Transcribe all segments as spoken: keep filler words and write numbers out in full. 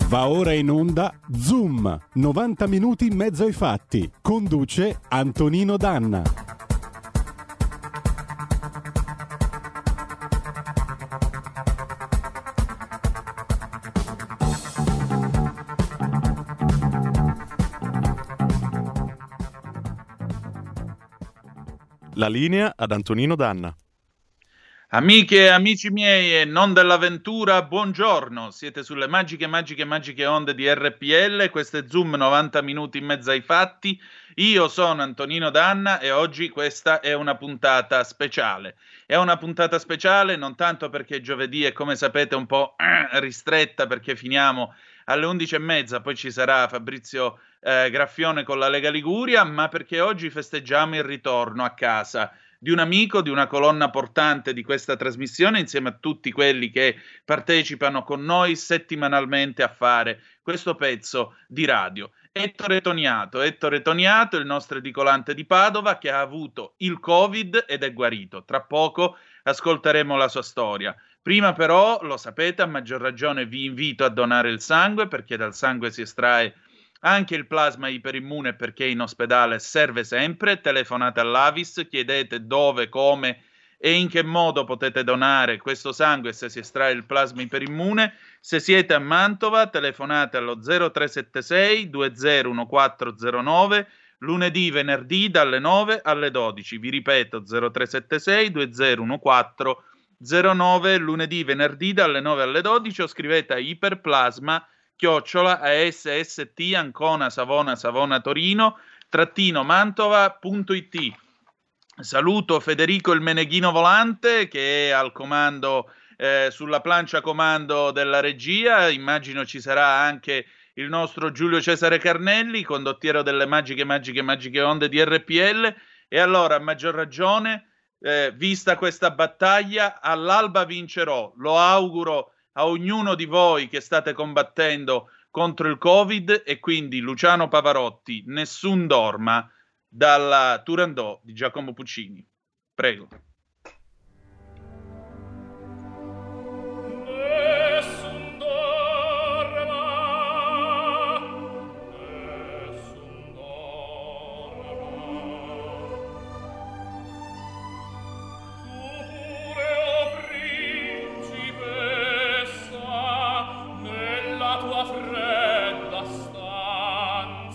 Va ora in onda Zoom, novanta minuti in mezzo ai fatti. Conduce Antonino Danna. La linea ad Antonino Danna. Amiche e amici miei e non dell'avventura, buongiorno. Siete sulle magiche, magiche, magiche onde di R P L. Questo è Zoom, novanta minuti in mezzo ai fatti. Io sono Antonino Danna e oggi questa è una puntata speciale. È una puntata speciale non tanto perché giovedì è, come sapete, un po' eh, ristretta perché finiamo alle undici e mezza, poi ci sarà Fabrizio eh, Graffione con la Lega Liguria, ma perché oggi festeggiamo il ritorno a casa di un amico, di una colonna portante di questa trasmissione, insieme a tutti quelli che partecipano con noi settimanalmente a fare questo pezzo di radio. Ettore Toniato, Ettore Toniato, il nostro edicolante di Padova, che ha avuto il Covid ed è guarito. Tra poco ascolteremo la sua storia. Prima però, lo sapete, a maggior ragione vi invito a donare il sangue, perché dal sangue si estrae anche il plasma iperimmune, perché in ospedale serve sempre. Telefonate all'Avis, chiedete dove, come e in che modo potete donare questo sangue se si estrae il plasma iperimmune. Se siete a Mantova, telefonate allo zero tre sette sei due zero uno quattro zero nove, lunedì, venerdì dalle nove alle dodici. Vi ripeto, zero tre sette sei due zero uno quattro zero nove, lunedì, venerdì dalle nove alle dodici, o scrivete a iperplasma chiocciola a s s t Ancona Savona Savona Torino trattino mantova.it. Saluto Federico il Meneghino Volante, che è al comando eh, sulla plancia comando della regia. Immagino ci sarà anche il nostro Giulio Cesare Carnelli, condottiero delle magiche magiche magiche onde di R P L. E allora, a maggior ragione, eh, vista questa battaglia, all'alba vincerò. Lo auguro a ognuno di voi che state combattendo contro il Covid. E quindi Luciano Pavarotti, Nessun dorma, dalla Turandot di Giacomo Puccini. Prego.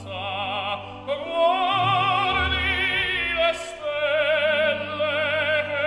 Guardi le stelle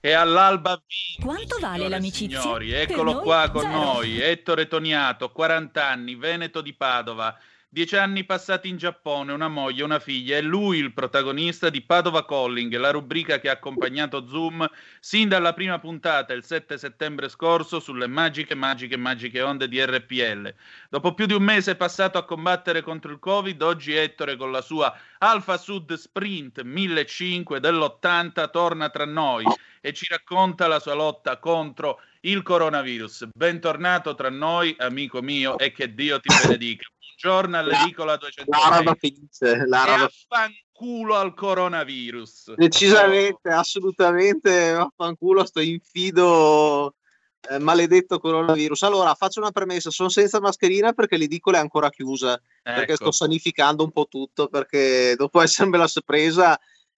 E all'alba ha vinto. Quanto vale l'amicizia? Signori, Per eccolo noi, qua con zero. noi, Ettore Toniato, quaranta anni, veneto di Padova, dieci anni passati in Giappone, una moglie, una figlia. È lui il protagonista di Padova Calling, la rubrica che ha accompagnato Zoom sin dalla prima puntata il sette settembre scorso sulle magiche, magiche, magiche onde di R P L. Dopo più di un mese passato a combattere contro il Covid, oggi Ettore con la sua Alfa Sud Sprint millecinquecento dell'ottanta torna tra noi e ci racconta la sua lotta contro il coronavirus. Bentornato tra noi, amico mio, e che Dio ti benedica. Buongiorno all'edicola duecentosei. L'araba felice, l'araba... E affanculo al coronavirus. Decisamente, oh. assolutamente, affanculo, sto infido, eh, maledetto coronavirus. Allora, faccio una premessa, sono senza mascherina perché l'edicola è ancora chiusa, ecco. Perché sto sanificando un po' tutto, perché dopo essermela presa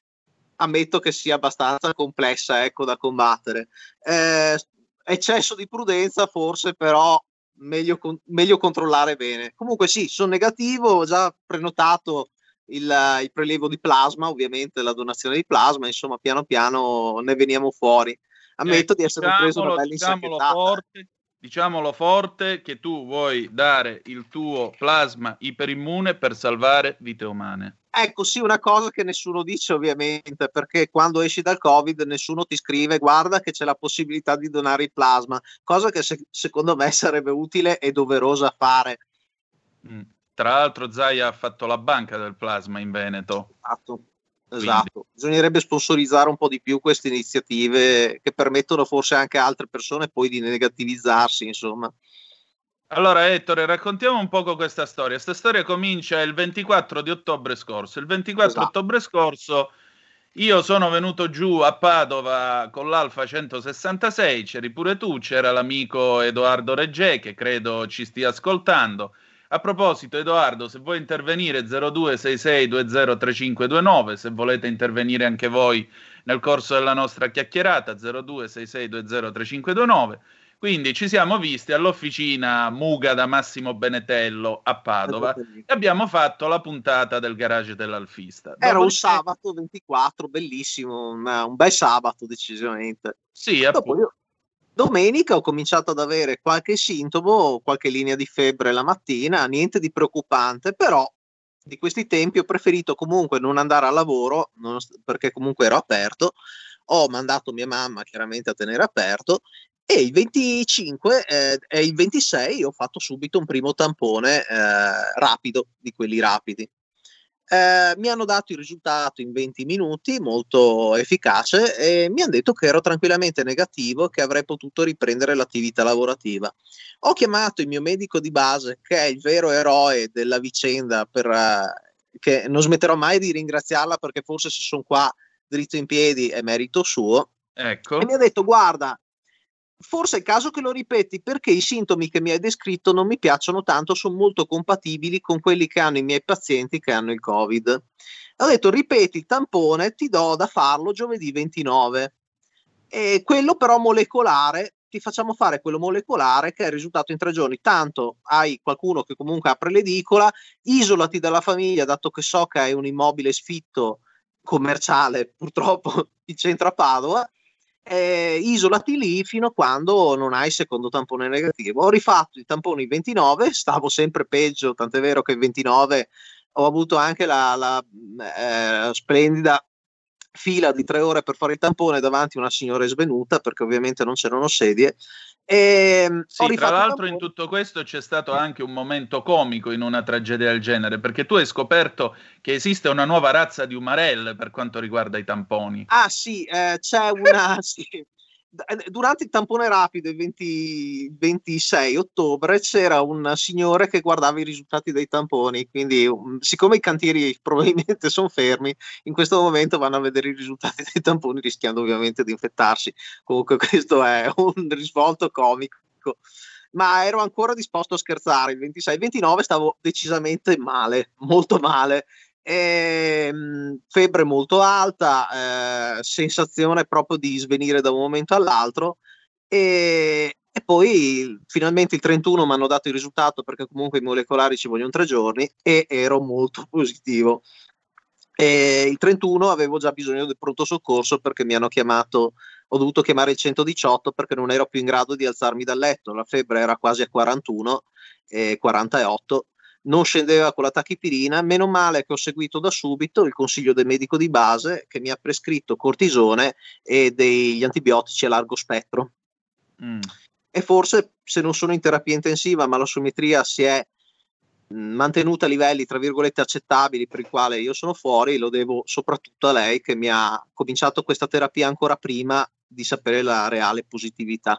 ammetto che sia abbastanza complessa, ecco, da combattere. Eh, eccesso di prudenza forse, però meglio, meglio controllare bene. Comunque sì, sono negativo, ho già prenotato il, il prelievo di plasma, ovviamente la donazione di plasma, insomma piano piano ne veniamo fuori. Ammetto eh, di essere diciamolo, preso una bella diciamolo insacchettata. forte, diciamolo forte che tu vuoi dare il tuo plasma iperimmune per salvare vite umane. Ecco, sì, una cosa che nessuno dice ovviamente, perché quando esci dal Covid nessuno ti scrive guarda che c'è la possibilità di donare il plasma, cosa che se- secondo me sarebbe utile e doverosa fare. Mm. Tra l'altro Zaia ha fatto la banca del plasma in Veneto. Esatto, esatto. Bisognerebbe sponsorizzare un po' di più queste iniziative che permettono forse anche a altre persone poi di negativizzarsi, insomma. Allora Ettore, raccontiamo un poco questa storia. Questa storia comincia il ventiquattro di ottobre scorso. Il ventiquattro Esatto. ottobre scorso io sono venuto giù a Padova con l'Alfa centosessantasei, c'eri pure tu, c'era l'amico Edoardo Reggè che credo ci stia ascoltando. A proposito, Edoardo, se vuoi intervenire zero due sei sei due zero tre cinque due nove, se volete intervenire anche voi nel corso della nostra chiacchierata, zero due sei sei due zero tre cinque due nove. Quindi ci siamo visti all'officina Muga da Massimo Benetello a Padova e abbiamo fatto la puntata del garage dell'Alfista. Era Dopodiché... un sabato ventiquattro, bellissimo, un, un bel sabato decisamente. Sì, dopo io, domenica ho cominciato ad avere qualche sintomo, qualche linea di febbre la mattina, niente di preoccupante, però di questi tempi ho preferito comunque non andare al lavoro, non, perché comunque ero aperto, ho mandato mia mamma chiaramente a tenere aperto. E il venticinque eh, e il ventisei ho fatto subito un primo tampone eh, rapido, di quelli rapidi. Eh, mi hanno dato il risultato in venti minuti, molto efficace, e mi hanno detto che ero tranquillamente negativo e che avrei potuto riprendere l'attività lavorativa. Ho chiamato il mio medico di base, che è il vero eroe della vicenda, per, uh, che non smetterò mai di ringraziarla, perché forse se sono qua dritto in piedi è merito suo. Ecco. E mi ha detto guarda, forse è il caso che lo ripeti, perché i sintomi che mi hai descritto non mi piacciono tanto, sono molto compatibili con quelli che hanno i miei pazienti che hanno il Covid. Ho detto ripeti il tampone, ti do da farlo giovedì ventinove, e quello però molecolare, ti facciamo fare quello molecolare che è il risultato in tre giorni, tanto hai qualcuno che comunque apre l'edicola, isolati dalla famiglia, dato che so che hai un immobile sfitto commerciale purtroppo in centro a Padova. Eh, isolati lì fino a quando non hai il secondo tampone negativo. Ho rifatto i tamponi il ventinove, stavo sempre peggio, tant'è vero che il ventinove ho avuto anche la, la eh, splendida fila di tre ore per fare il tampone davanti a una signora svenuta, perché ovviamente non c'erano sedie. E sì, ho tra l'altro in tutto questo c'è stato anche un momento comico in una tragedia del genere, perché tu hai scoperto che esiste una nuova razza di umarelle per quanto riguarda i tamponi. Ah sì, eh, c'è una... sì. Durante il tampone rapido il venti, ventisei ottobre c'era un signore che guardava i risultati dei tamponi, quindi um, siccome i cantieri probabilmente sono fermi, in questo momento vanno a vedere i risultati dei tamponi rischiando ovviamente di infettarsi. Comunque questo è un risvolto comico, ma ero ancora disposto a scherzare. Il ventisei, il ventinove stavo decisamente male, molto male. E, mh, febbre molto alta, eh, sensazione proprio di svenire da un momento all'altro, e, e poi finalmente il trentuno mi hanno dato il risultato, perché comunque i molecolari ci vogliono tre giorni, e ero molto positivo. E il trentuno avevo già bisogno del pronto soccorso, perché mi hanno chiamato ho dovuto chiamare il centodiciotto perché non ero più in grado di alzarmi dal letto, la febbre era quasi a quarantuno, eh, quarantotto, non scendeva con la tachipirina, meno male che ho seguito da subito il consiglio del medico di base che mi ha prescritto cortisone e degli antibiotici a largo spettro. Mm. E forse se non sono in terapia intensiva ma l'ossometria si è mantenuta a livelli tra virgolette accettabili per i quali io sono fuori, lo devo soprattutto a lei che mi ha cominciato questa terapia ancora prima di sapere la reale positività.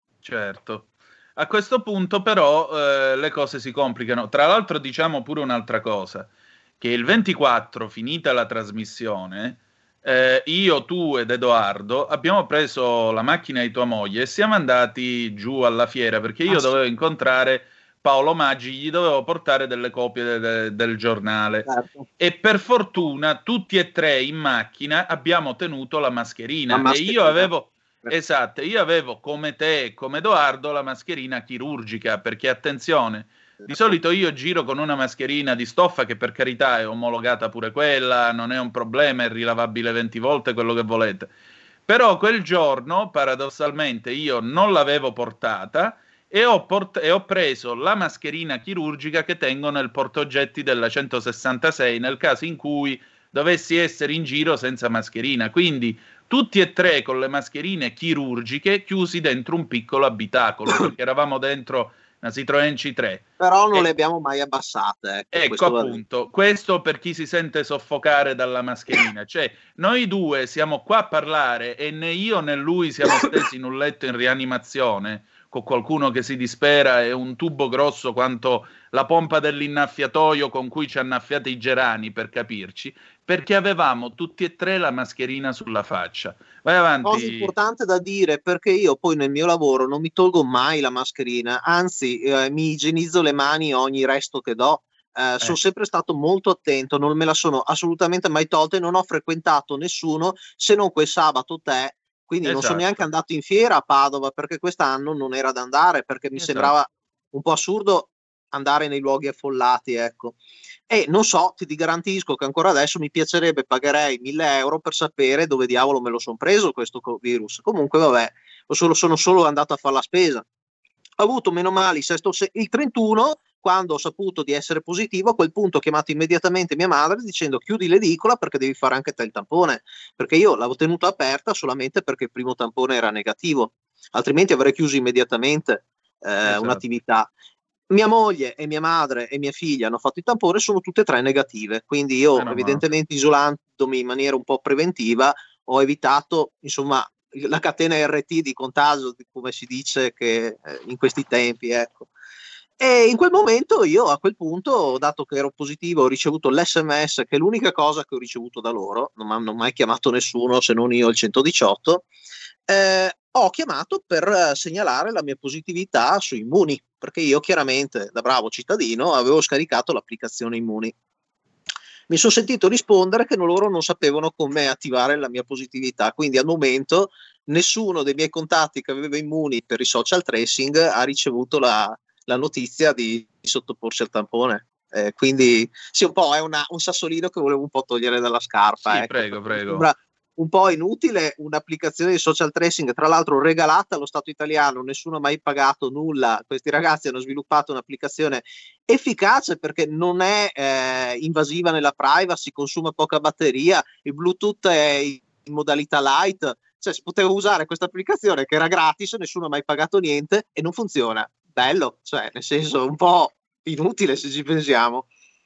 Certo. A questo punto però eh, le cose si complicano. Tra l'altro diciamo pure un'altra cosa, che il ventiquattro, finita la trasmissione, eh, io, tu ed Edoardo abbiamo preso la macchina di tua moglie e siamo andati giù alla fiera perché io ah, dovevo sì. incontrare Paolo Maggi, gli dovevo portare delle copie de- de- del giornale. Certo. E per fortuna tutti e tre in macchina abbiamo tenuto la mascherina, la mascherina. E io avevo... Esatto, io avevo come te e come Edoardo la mascherina chirurgica, perché attenzione, di solito io giro con una mascherina di stoffa che per carità è omologata pure quella, non è un problema, è rilavabile venti volte, quello che volete. Però quel giorno, paradossalmente, io non l'avevo portata e ho, port- e ho preso la mascherina chirurgica che tengo nel portaoggetti della centosessantasei nel caso in cui dovessi essere in giro senza mascherina. Quindi tutti e tre con le mascherine chirurgiche chiusi dentro un piccolo abitacolo, perché eravamo dentro una Citroën C tre. Però non e... le abbiamo mai abbassate. Ecco, ecco questo appunto, questo per chi si sente soffocare dalla mascherina. Cioè, noi due siamo qua a parlare e né io né lui siamo stesi in un letto in rianimazione con qualcuno che si dispera e un tubo grosso quanto la pompa dell'innaffiatoio con cui ci annaffiate i gerani, per capirci, perché avevamo tutti e tre la mascherina sulla faccia. Vai avanti. Cosa importante da dire, perché io poi nel mio lavoro non mi tolgo mai la mascherina, anzi eh, mi igienizzo le mani ogni resto che do. Eh, eh. Sono sempre stato molto attento, non me la sono assolutamente mai tolta e non ho frequentato nessuno se non quel sabato te. Quindi esatto. Non sono neanche andato in fiera a Padova perché quest'anno non era da andare, perché mi esatto. sembrava un po' assurdo andare nei luoghi affollati, ecco. E non so, ti garantisco che ancora adesso mi piacerebbe, pagherei mille euro per sapere dove diavolo me lo sono preso questo virus. Comunque vabbè, solo, sono solo andato a fare la spesa. Ho avuto meno male il, sesto, il trentuno, quando ho saputo di essere positivo, a quel punto ho chiamato immediatamente mia madre dicendo chiudi l'edicola perché devi fare anche te il tampone, perché io l'avevo tenuta aperta solamente perché il primo tampone era negativo, altrimenti avrei chiuso immediatamente eh, esatto. un'attività. Mia moglie e mia madre e mia figlia hanno fatto il tampone, sono tutte e tre negative, quindi io Meno evidentemente male. Isolandomi in maniera un po' preventiva ho evitato insomma la catena R T di contagio, come si dice che eh, in questi tempi, ecco. E in quel momento io a quel punto, dato che ero positivo, ho ricevuto l'esse emme esse, che è l'unica cosa che ho ricevuto da loro, non mi hanno mai chiamato nessuno se non io il centodiciotto, eh, ho chiamato per segnalare la mia positività su Immuni, perché io chiaramente da bravo cittadino avevo scaricato l'applicazione Immuni. Mi sono sentito rispondere che loro non sapevano come attivare la mia positività, quindi al momento nessuno dei miei contatti che aveva Immuni per i social tracing ha ricevuto la, la notizia di, di sottoporsi al tampone. Eh, quindi sì, un po' è una, un sassolino che volevo un po' togliere dalla scarpa. Sì, ecco, prego, prego. Sembra un po' inutile un'applicazione di social tracing, tra l'altro regalata allo Stato italiano, nessuno ha mai pagato nulla. Questi ragazzi hanno sviluppato un'applicazione efficace perché non è eh, invasiva nella privacy, consuma poca batteria, il Bluetooth è in modalità light, cioè si poteva usare questa applicazione che era gratis, nessuno ha mai pagato niente e non funziona. Bello, cioè nel senso un po' inutile se ci pensiamo.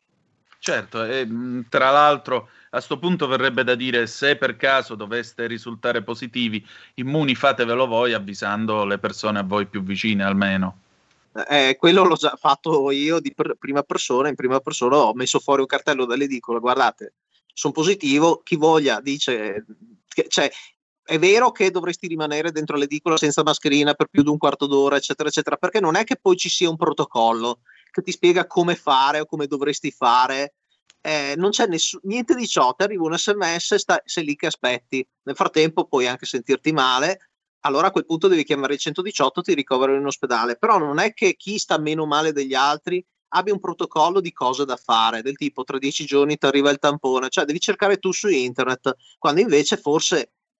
Certo, e tra l'altro a sto punto verrebbe da dire, se per caso doveste risultare positivi, Immuni fatevelo voi avvisando le persone a voi più vicine almeno. Eh, quello l'ho già fatto io di pr- prima persona, in prima persona ho messo fuori un cartello dall'edicola, guardate, sono positivo, chi voglia dice, che, cioè è vero che dovresti rimanere dentro l'edicola senza mascherina per più di un quarto d'ora, eccetera, eccetera, perché non è che poi ci sia un protocollo che ti spiega come fare o come dovresti fare. Eh, non c'è nessu- niente di ciò, ti arriva un esse emme esse, sta- sei lì che aspetti, nel frattempo puoi anche sentirti male, allora a quel punto devi chiamare il centodiciotto, ti ricoverano in ospedale, però non è che chi sta meno male degli altri abbia un protocollo di cose da fare, del tipo tra dieci giorni ti arriva il tampone, cioè devi cercare tu su internet, quando invece forse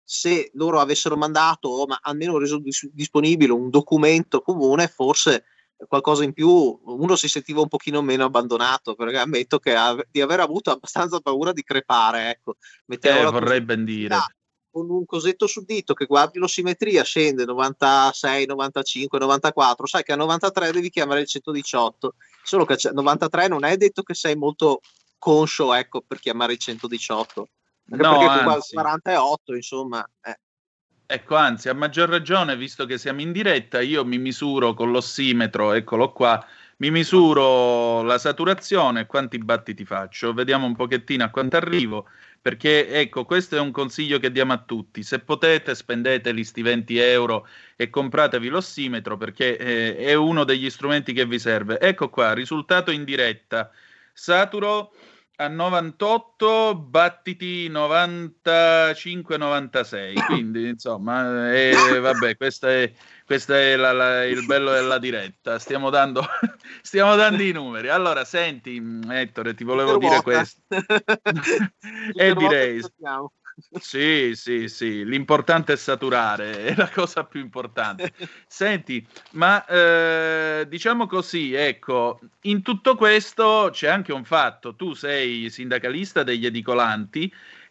se loro avessero mandato o ma almeno reso dis- disponibile un documento comune, forse qualcosa in più uno si sentiva un pochino meno abbandonato, perché ammetto che ave- di aver avuto abbastanza paura di crepare, ecco, Eh, mettiamola vorrei così. ben dire. Con un cosetto sul dito che guardi l'ossimetria, scende novantasei, novantacinque, novantaquattro, sai che a novantatré devi chiamare il centodiciotto, solo che a novantatré non è detto che sei molto conscio, ecco, per chiamare il centodiciotto, anche No, perché con anzi. quaranta e otto, insomma, eh. Ecco, anzi, a maggior ragione, visto che siamo in diretta, io mi misuro con l'ossimetro, eccolo qua, mi misuro la saturazione e quanti battiti faccio. Vediamo un pochettino a quanto arrivo, perché ecco, questo è un consiglio che diamo a tutti. Se potete, spendete gli sti venti euro e compratevi l'ossimetro, perché eh, è uno degli strumenti che vi serve. Ecco qua, risultato in diretta. Saturo a novantotto, battiti novantacinque novantasei, quindi insomma, eh, vabbè, questo è, questo è la- la- il bello della diretta, stiamo dando, stiamo dando i numeri. Allora, senti, Ettore, ti volevo dire Supervuota. questo. E Supervuota direi... ripetiamo. Sì, sì, sì, l'importante è saturare, è la cosa più importante. Senti, ma eh, diciamo così, ecco, in tutto questo c'è anche un fatto, tu sei sindacalista degli edicolanti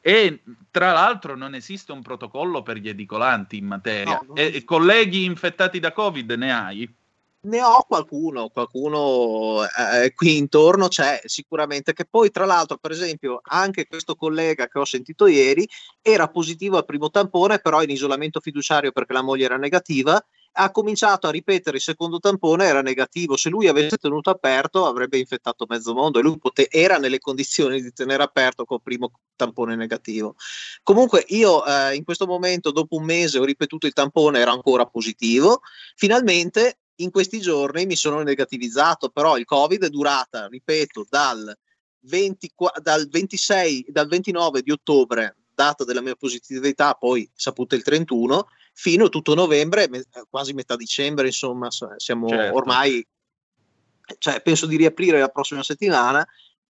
e tra l'altro non esiste un protocollo per gli edicolanti in materia. No, non E, e esiste. colleghi infettati da Covid ne hai? Ne ho qualcuno, qualcuno eh, qui intorno c'è sicuramente, che poi tra l'altro per esempio anche questo collega che ho sentito ieri era positivo al primo tampone, però in isolamento fiduciario perché la moglie era negativa, ha cominciato a ripetere il secondo tampone, era negativo. Se lui avesse tenuto aperto avrebbe infettato mezzo mondo e lui pote- era nelle condizioni di tenere aperto col primo tampone negativo. Comunque io eh, in questo momento dopo un mese ho ripetuto il tampone, era ancora positivo. Finalmente in questi giorni mi sono negativizzato, però il Covid è durata, ripeto, dal, venti, dal ventisei, dal ventinove di ottobre, data della mia positività, poi saputo il trentuno, fino a tutto novembre, quasi metà dicembre, insomma, siamo Certo. ormai, cioè penso di riaprire la prossima settimana.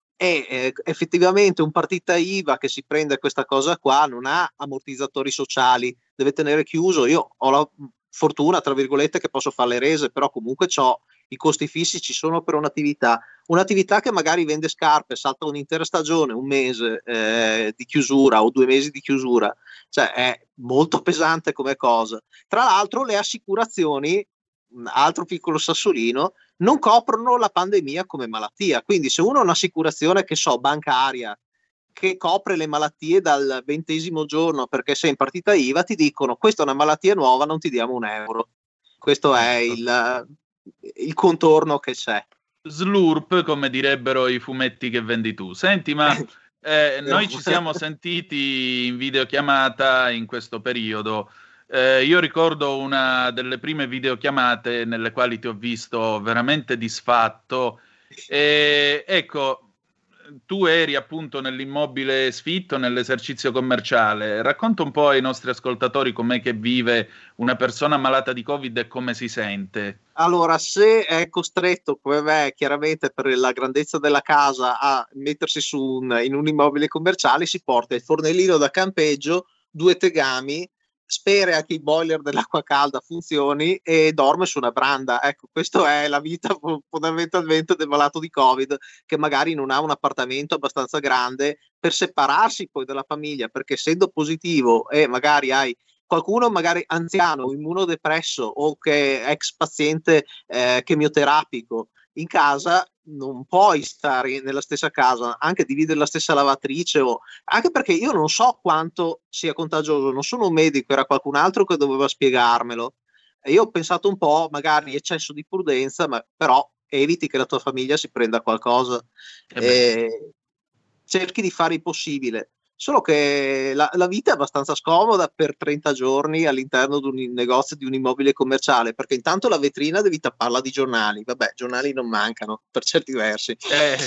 E eh, effettivamente un partita I V A che si prende questa cosa qua non ha ammortizzatori sociali, deve tenere chiuso. Io ho la fortuna, tra virgolette, che posso fare le rese, però comunque c'ho i costi fissi, ci sono per un'attività. Un'attività che magari vende scarpe, salta un'intera stagione, un mese eh, di chiusura o due mesi di chiusura, cioè è molto pesante come cosa. Tra l'altro le assicurazioni, altro piccolo sassolino, non coprono la pandemia come malattia, quindi se uno ha un'assicurazione che so bancaria che copre le malattie dal ventesimo giorno perché sei in partita I V A, ti dicono questa è una malattia nuova, non ti diamo un euro. Questo è il, il contorno che c'è. Slurp, come direbbero i fumetti che vendi tu. Senti, ma eh, noi ci siamo sentiti in videochiamata in questo periodo. Eh, io ricordo una delle prime videochiamate nelle quali ti ho visto veramente disfatto. E, ecco, tu eri appunto nell'immobile sfitto, nell'esercizio commerciale. Racconta un po' ai nostri ascoltatori com'è che vive una persona malata di Covid e come si sente. Allora, se è costretto come me, chiaramente per la grandezza della casa, a mettersi su un, in un immobile commerciale, si porta il fornellino da campeggio, due tegami, spera che il boiler dell'acqua calda funzioni e dorme su una branda. Ecco, questa è la vita fondamentalmente del malato di Covid, che magari non ha un appartamento abbastanza grande per separarsi poi dalla famiglia, perché essendo positivo e magari hai qualcuno magari anziano, immunodepresso o che è ex paziente eh, chemioterapico in casa, non puoi stare nella stessa casa, anche dividere la stessa lavatrice, o anche perché io non so quanto sia contagioso, non sono un medico, era qualcun altro che doveva spiegarmelo. E io ho pensato un po', magari eccesso di prudenza, ma però eviti che la tua famiglia si prenda qualcosa. Eh E cerchi di fare il possibile. Solo che la, la vita è abbastanza scomoda per trenta giorni all'interno di un negozio, di un immobile commerciale, perché intanto la vetrina devi tapparla di giornali. Vabbè, giornali non mancano per certi versi. Eh,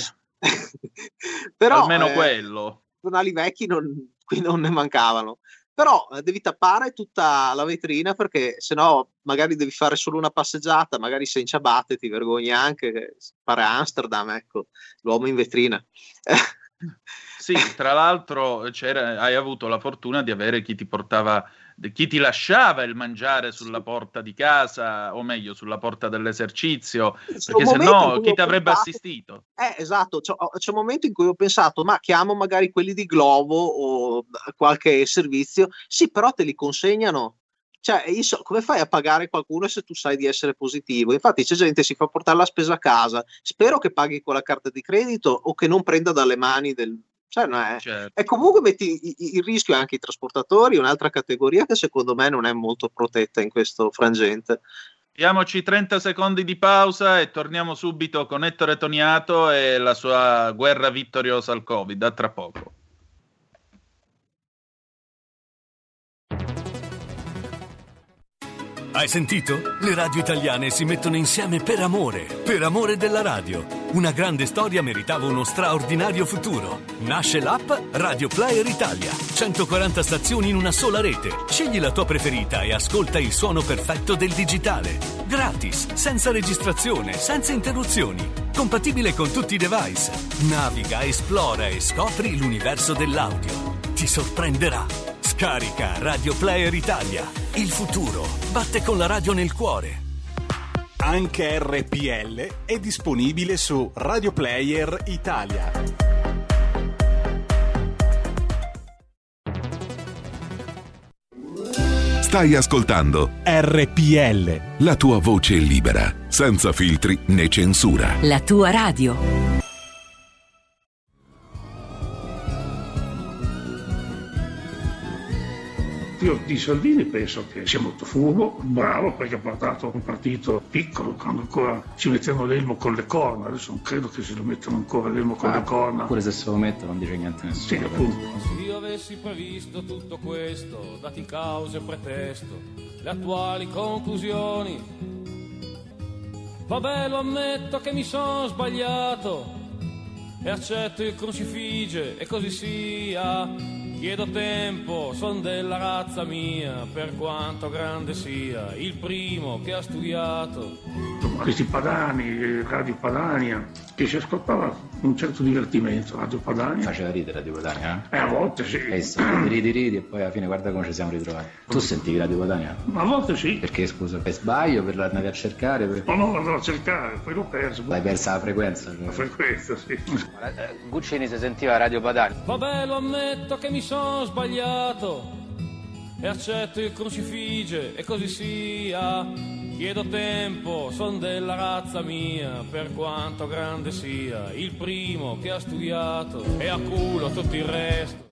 Però almeno eh, quello. giornali vecchi non, qui non ne mancavano. Però eh, devi tappare tutta la vetrina perché sennò magari devi fare solo una passeggiata, magari sei in ciabatte, ti vergogni anche, fare Amsterdam, ecco, l'uomo in vetrina. Sì, tra l'altro c'era, hai avuto la fortuna di avere chi ti portava, chi ti lasciava il mangiare sulla porta di casa, o meglio, sulla porta dell'esercizio, C'è perché un se momento in no cui chi ho ti avrebbe pensato- assistito? Eh, esatto, c'è, c'è un momento in cui ho pensato, ma chiamo magari quelli di Glovo o qualche servizio, sì, però te li consegnano. Cioè, io so- come fai a pagare qualcuno se tu sai di essere positivo? Infatti c'è gente che si fa portare la spesa a casa, spero che paghi con la carta di credito o che non prenda dalle mani del... Cioè, no, è... Certo. E comunque metti i- i- il rischio anche i trasportatori, un'altra categoria che secondo me non è molto protetta in questo frangente. Diamoci trenta secondi di pausa e torniamo subito con Ettore Toniato e la sua guerra vittoriosa al Covid. A tra poco. Hai sentito? Le radio italiane si mettono insieme per amore, per amore della radio. Una grande storia meritava uno straordinario futuro. Nasce l'app Radio Player Italia. centoquaranta stazioni in una sola rete. Scegli la tua preferita e ascolta il suono perfetto del digitale. Gratis, senza registrazione, senza interruzioni. Compatibile con tutti i device. Naviga, esplora e scopri l'universo dell'audio. Ti sorprenderà. Scarica Radio Player Italia. Il futuro batte con la radio nel cuore. Anche R P L è disponibile su Radio Player Italia. Stai ascoltando R P L, la tua voce libera, senza filtri né censura. La tua radio. Io di Salvini penso che sia molto furbo, bravo, perché ha portato un partito piccolo, quando ancora ci mettevano l'elmo con le corna, adesso non credo che se lo mettano ancora l'elmo con ah, le corna. Pure se se lo mettono non dice niente nessuno. Sì, appunto. Se io avessi previsto tutto questo, dati cause e pretesto, le attuali conclusioni, vabbè, lo ammetto che mi sono sbagliato e accetto il crucifige e così sia. Chiedo tempo, son della razza mia, per quanto grande sia, il primo che ha studiato. Questi Padani, Radio Padania, che si ascoltava un certo divertimento, Radio Padania. Faceva ridere Radio Padania, eh? Eh, a volte sì. E sì, ridi ridi e poi alla fine guarda come ci siamo ritrovati. Tu sentivi Radio Padania? A volte sì. Perché scusa, per sbaglio, per andavi a cercare? Per... No, no, andavo a cercare, poi l'ho perso. L'hai persa la frequenza? Cioè. La frequenza, sì. Guccini si sentiva Radio Padania. Vabbè, lo ammetto che mi sono sbagliato e accetto il crucifige e così sia. Chiedo tempo, son della razza mia, per quanto grande sia, il primo che ha studiato e a culo tutto il resto.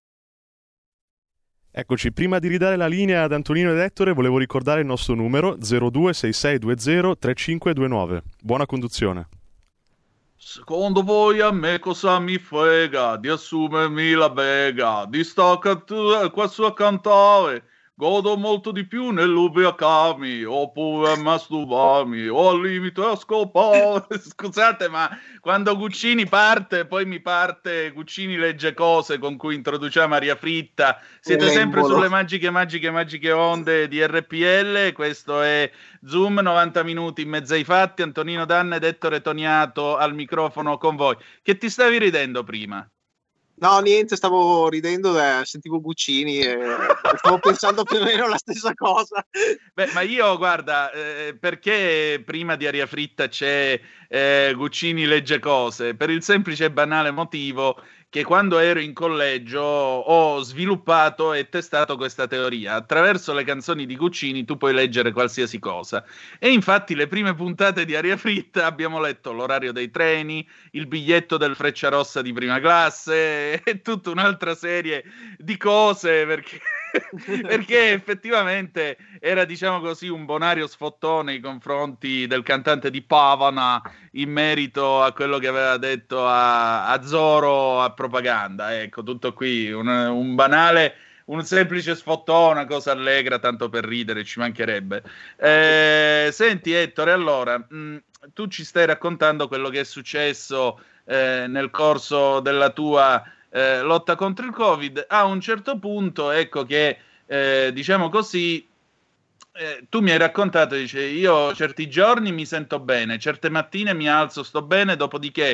Eccoci, prima di ridare la linea ad Antonino ed Ettore volevo ricordare il nostro numero zero due sei sei due zero tre cinque due nove. Buona conduzione. Secondo voi a me cosa mi frega di assumermi la bega, di sta cattura qua su a cantare? Godo molto di più nell'ubriacarmi, oppure a masturbarmi, o al limite a scopare. Scusate, ma quando Guccini parte, poi mi parte Guccini legge cose con cui introduceva Maria Fritta. Siete sempre sulle magiche, magiche, magiche onde di R P L. Questo è Zoom, novanta minuti in mezzo ai fatti. Antonino Danna ed Ettore Toniato al microfono con voi. Che ti stavi ridendo prima? No, niente, stavo ridendo, eh, sentivo Guccini e stavo pensando più o meno la stessa cosa. Beh, ma io, guarda, eh, perché prima di Aria Fritta c'è eh, Guccini legge cose? Per il semplice e banale motivo che quando ero in collegio ho sviluppato e testato questa teoria. Attraverso le canzoni di Guccini tu puoi leggere qualsiasi cosa. E infatti le prime puntate di Aria Fritta abbiamo letto l'orario dei treni, il biglietto del Frecciarossa di prima classe e tutta un'altra serie di cose, perché... perché effettivamente era, diciamo così, un bonario sfottò nei confronti del cantante di Pavana in merito a quello che aveva detto a, a Zoro a propaganda. Ecco, tutto qui, un, un banale, un semplice sfottò, una cosa allegra, tanto per ridere, ci mancherebbe. Eh, senti Ettore, allora, mh, tu ci stai raccontando quello che è successo eh, nel corso della tua Eh, lotta contro il Covid. A un certo punto, ecco che eh, diciamo così, eh, tu mi hai raccontato, dice, io certi giorni mi sento bene, certe mattine mi alzo, sto bene, dopodiché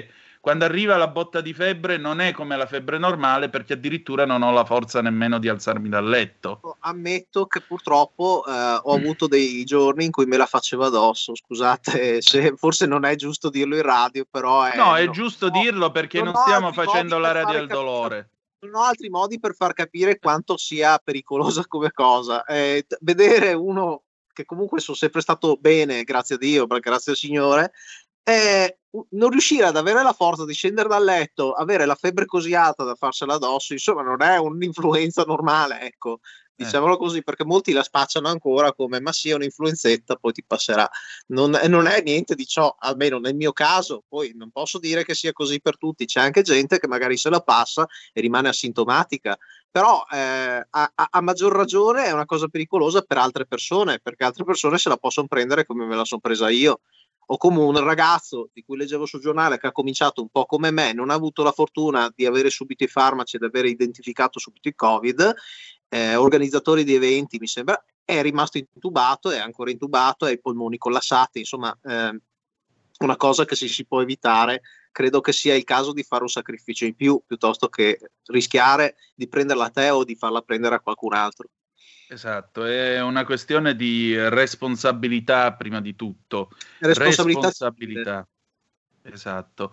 quando arriva la botta di febbre non è come la febbre normale, perché addirittura non ho la forza nemmeno di alzarmi dal letto. Ammetto che purtroppo eh, ho avuto dei giorni in cui me la facevo addosso, scusate se forse non è giusto dirlo in radio, però è... No, è no, giusto no, dirlo perché non, non stiamo facendo la radio del cap- dolore. Non ho altri modi per far capire quanto sia pericolosa come cosa. Eh, t- vedere uno che comunque sono sempre stato bene, grazie a Dio, grazie al Signore, eh, non riuscire ad avere la forza di scendere dal letto, avere la febbre così alta da farsela addosso, insomma non è un'influenza normale, ecco, diciamolo eh. così, perché molti la spacciano ancora come ma sì, è un'influenzetta, poi ti passerà. Non, non è niente di ciò, almeno nel mio caso. Poi non posso dire che sia così per tutti, c'è anche gente che magari se la passa e rimane asintomatica, però eh, a, a maggior ragione è una cosa pericolosa per altre persone, perché altre persone se la possono prendere come me la sono presa io. O come un ragazzo di cui leggevo sul giornale che ha cominciato un po' come me, non ha avuto la fortuna di avere subito i farmaci ed avere identificato subito il Covid, eh, organizzatori di eventi mi sembra, è rimasto intubato, è ancora intubato, ha i polmoni collassati, insomma eh, una cosa che si, si può evitare. Credo che sia il caso di fare un sacrificio in più piuttosto che rischiare di prenderla a te o di farla prendere a qualcun altro. Esatto, è una questione di responsabilità prima di tutto. Responsabilità. Responsabilità. Esatto.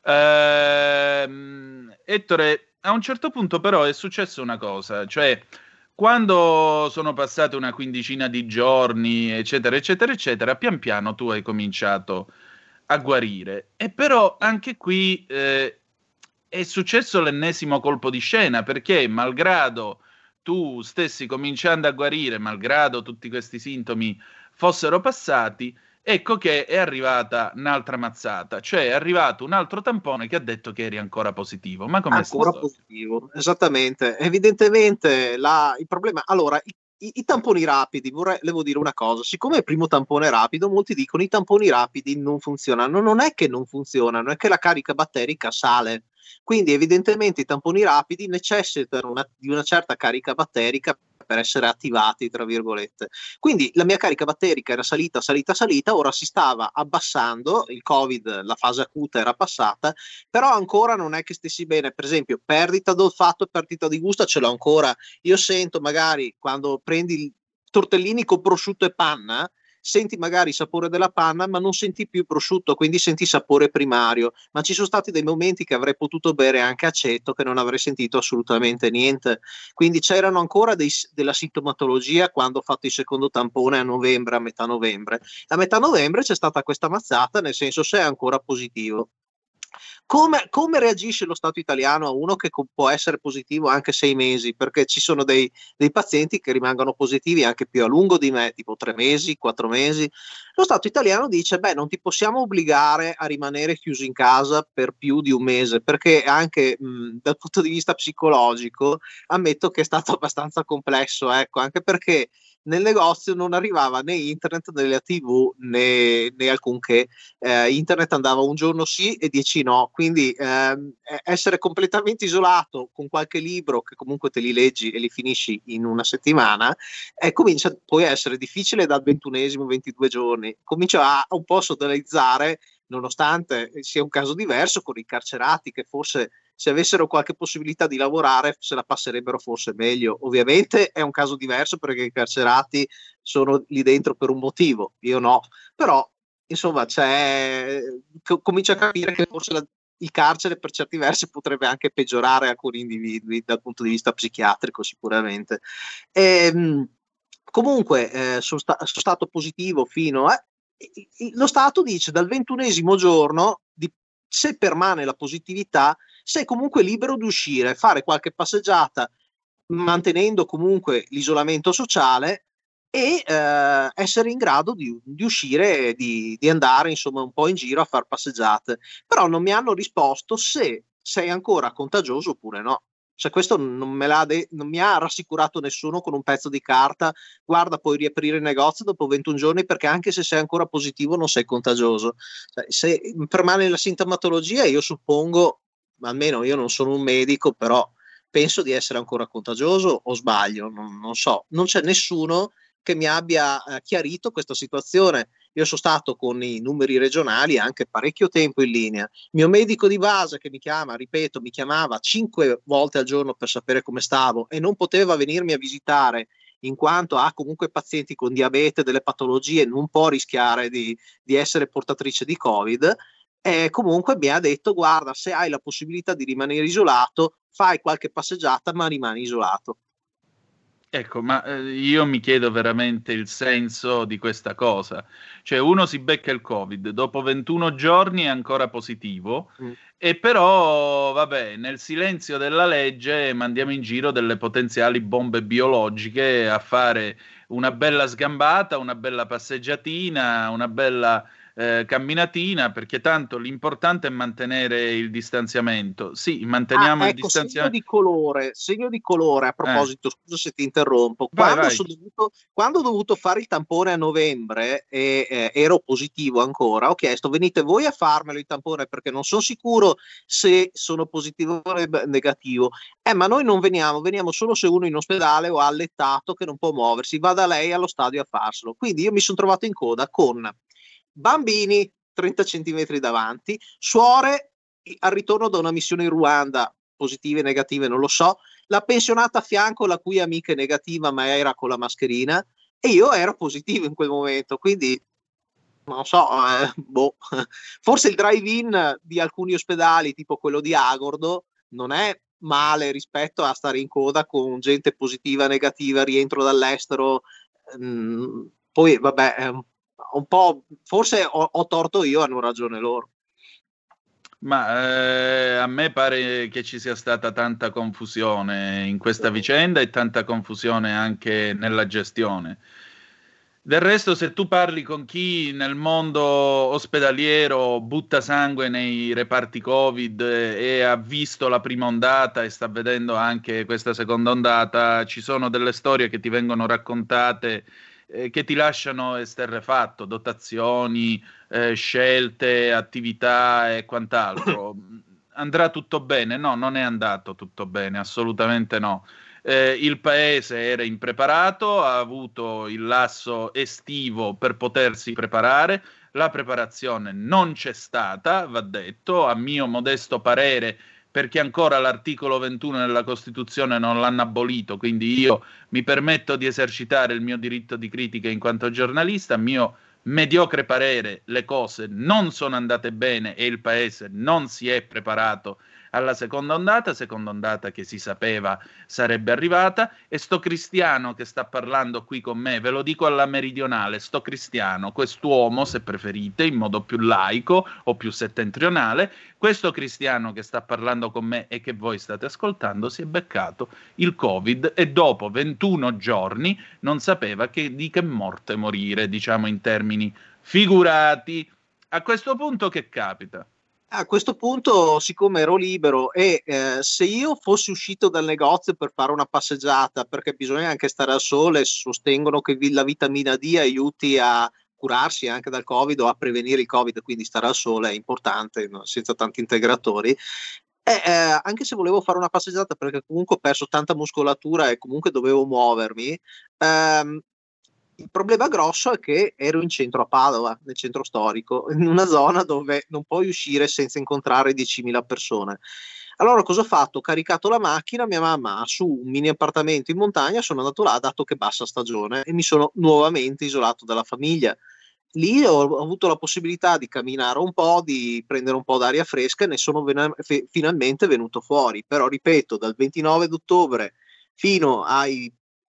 Ehm, Ettore, a un certo punto però è successa una cosa, cioè quando sono passate una quindicina di giorni, eccetera, eccetera, eccetera, pian piano tu hai cominciato a guarire. E però anche qui eh, è successo l'ennesimo colpo di scena, perché malgrado tu stessi cominciando a guarire, malgrado tutti questi sintomi fossero passati, ecco che è arrivata un'altra mazzata, cioè è arrivato un altro tampone che ha detto che eri ancora positivo. Ma com'è ancora positivo? Esattamente. Evidentemente la, il problema... Allora, i, i, i tamponi rapidi, vorrei devo dire una cosa, siccome è il primo tampone rapido, molti dicono i tamponi rapidi non funzionano. Non è che non funzionano, è che la carica batterica sale. Quindi evidentemente i tamponi rapidi necessitano una, di una certa carica batterica per essere attivati, tra virgolette. Quindi la mia carica batterica era salita, salita, salita, ora si stava abbassando, il Covid, la fase acuta era passata, però ancora non è che stessi bene. Per esempio, perdita d'olfatto e perdita di gusto ce l'ho ancora. Io sento magari quando prendi tortellini con prosciutto e panna, senti magari il sapore della panna ma non senti più il prosciutto, quindi senti il sapore primario, ma ci sono stati dei momenti che avrei potuto bere anche aceto che non avrei sentito assolutamente niente. Quindi c'erano ancora dei, della sintomatologia quando ho fatto il secondo tampone a novembre, a metà novembre. A metà novembre c'è stata questa mazzata, nel senso sei ancora positivo. Come, come reagisce lo Stato italiano a uno che co- può essere positivo anche sei mesi? Perché ci sono dei, dei pazienti che rimangono positivi anche più a lungo di me, tipo tre mesi, quattro mesi. Lo Stato italiano dice, beh, non ti possiamo obbligare a rimanere chiuso in casa per più di un mese, perché anche mh, dal punto di vista psicologico ammetto che è stato abbastanza complesso, ecco, anche perché nel negozio non arrivava né internet né la tivù né, né alcunché. Eh, internet andava un giorno sì e dieci no, quindi ehm, essere completamente isolato con qualche libro che comunque te li leggi e li finisci in una settimana eh, comincia poi a essere difficile dal ventunesimo, ventidue giorni, comincia a un po' sodalizzare, nonostante sia un caso diverso con i carcerati che forse se avessero qualche possibilità di lavorare se la passerebbero forse meglio. Ovviamente è un caso diverso perché i carcerati sono lì dentro per un motivo, io no, però insomma c'è, co- comincia a capire che forse la, il carcere per certi versi potrebbe anche peggiorare alcuni individui dal punto di vista psichiatrico sicuramente. E, comunque eh, sono, sta- sono stato positivo fino a... Lo Stato dice dal ventunesimo giorno di, se permane la positività sei comunque libero di uscire, fare qualche passeggiata mantenendo comunque l'isolamento sociale e eh, essere in grado di, di uscire, di, di andare insomma un po' in giro a far passeggiate. Però non mi hanno risposto se sei ancora contagioso oppure no. Cioè questo non me l'ha de- non mi ha rassicurato nessuno con un pezzo di carta, guarda puoi riaprire il negozio dopo ventuno giorni perché anche se sei ancora positivo non sei contagioso. Cioè, se permane la sintomatologia io suppongo, almeno io non sono un medico, però penso di essere ancora contagioso o sbaglio, non, non so, non c'è nessuno che mi abbia eh, chiarito questa situazione. Io sono stato con i numeri regionali anche parecchio tempo in linea. Il mio medico di base che mi chiama, ripeto, mi chiamava cinque volte al giorno per sapere come stavo e non poteva venirmi a visitare in quanto ha comunque pazienti con diabete, delle patologie, non può rischiare di, di essere portatrice di Covid. E comunque mi ha detto: guarda, se hai la possibilità di rimanere isolato, fai qualche passeggiata, ma rimani isolato. Ecco, ma eh, io mi chiedo veramente il senso di questa cosa. Cioè, uno si becca il Covid, dopo ventuno giorni è ancora positivo, mm. e però, vabbè, nel silenzio della legge mandiamo in giro delle potenziali bombe biologiche a fare una bella sgambata, una bella passeggiatina, una bella eh, camminatina, perché tanto l'importante è mantenere il distanziamento. Sì, manteniamo ah, il ecco, distanziamento. Segno di colore, segno di colore, a proposito, eh. scusa se ti interrompo. Vai, quando, vai. Sono dovuto, quando ho dovuto fare il tampone a novembre e eh, ero positivo ancora, ho chiesto: venite voi a farmelo il tampone, perché non sono sicuro se sono positivo o negativo. Eh, ma noi non veniamo, veniamo solo se uno è in ospedale o ha allettato che non può muoversi, vada lei allo stadio a farselo. Quindi io mi sono trovato in coda con bambini trenta centimetri davanti, suore al ritorno da una missione in Ruanda, positive e negative non lo so, la pensionata a fianco la cui amica è negativa ma era con la mascherina, e io ero positivo in quel momento, quindi non so, eh, boh. Forse il drive-in di alcuni ospedali tipo quello di Agordo non è male rispetto a stare in coda con gente positiva, negativa, rientro dall'estero. Mm, poi vabbè, eh, un po', forse ho, ho torto io, hanno ragione loro. Ma eh, a me pare che ci sia stata tanta confusione in questa vicenda e tanta confusione anche nella gestione. Del resto, se tu parli con chi nel mondo ospedaliero butta sangue nei reparti Covid e ha visto la prima ondata e sta vedendo anche questa seconda ondata, ci sono delle storie che ti vengono raccontate eh, che ti lasciano esterrefatto, dotazioni, eh, scelte, attività e quant'altro. Andrà tutto bene? No, non è andato tutto bene, assolutamente no. Eh, il paese era impreparato, ha avuto il lasso estivo per potersi preparare, la preparazione non c'è stata, va detto, a mio modesto parere, perché ancora l'articolo ventuno della Costituzione non l'hanno abolito, quindi io mi permetto di esercitare il mio diritto di critica in quanto giornalista. A mio mediocre parere le cose non sono andate bene e il paese non si è preparato alla seconda ondata, seconda ondata che si sapeva sarebbe arrivata, e sto cristiano che sta parlando qui con me, ve lo dico alla meridionale, sto cristiano, quest'uomo, se preferite, in modo più laico o più settentrionale, questo cristiano che sta parlando con me e che voi state ascoltando si è beccato il Covid e dopo ventuno giorni non sapeva che, di che morte morire, diciamo in termini figurati. A questo punto che capita? A questo punto, siccome ero libero e eh, se io fossi uscito dal negozio per fare una passeggiata, perché bisogna anche stare al sole, sostengono che la vitamina D aiuti a curarsi anche dal Covid o a prevenire il Covid, quindi stare al sole è importante, no? Senza tanti integratori. E, eh, anche se volevo fare una passeggiata, perché comunque ho perso tanta muscolatura e comunque dovevo muovermi, ehm, il problema grosso è che ero in centro a Padova, nel centro storico, in una zona dove non puoi uscire senza incontrare diecimila persone. Allora cosa ho fatto? Ho caricato la macchina, mia mamma ha su un mini appartamento in montagna, sono andato là, dato che bassa stagione, e mi sono nuovamente isolato dalla famiglia. Lì ho, ho avuto la possibilità di camminare un po', di prendere un po' d'aria fresca e ne sono ven- fe- finalmente venuto fuori. Però ripeto, dal ventinove d'ottobre fino ai...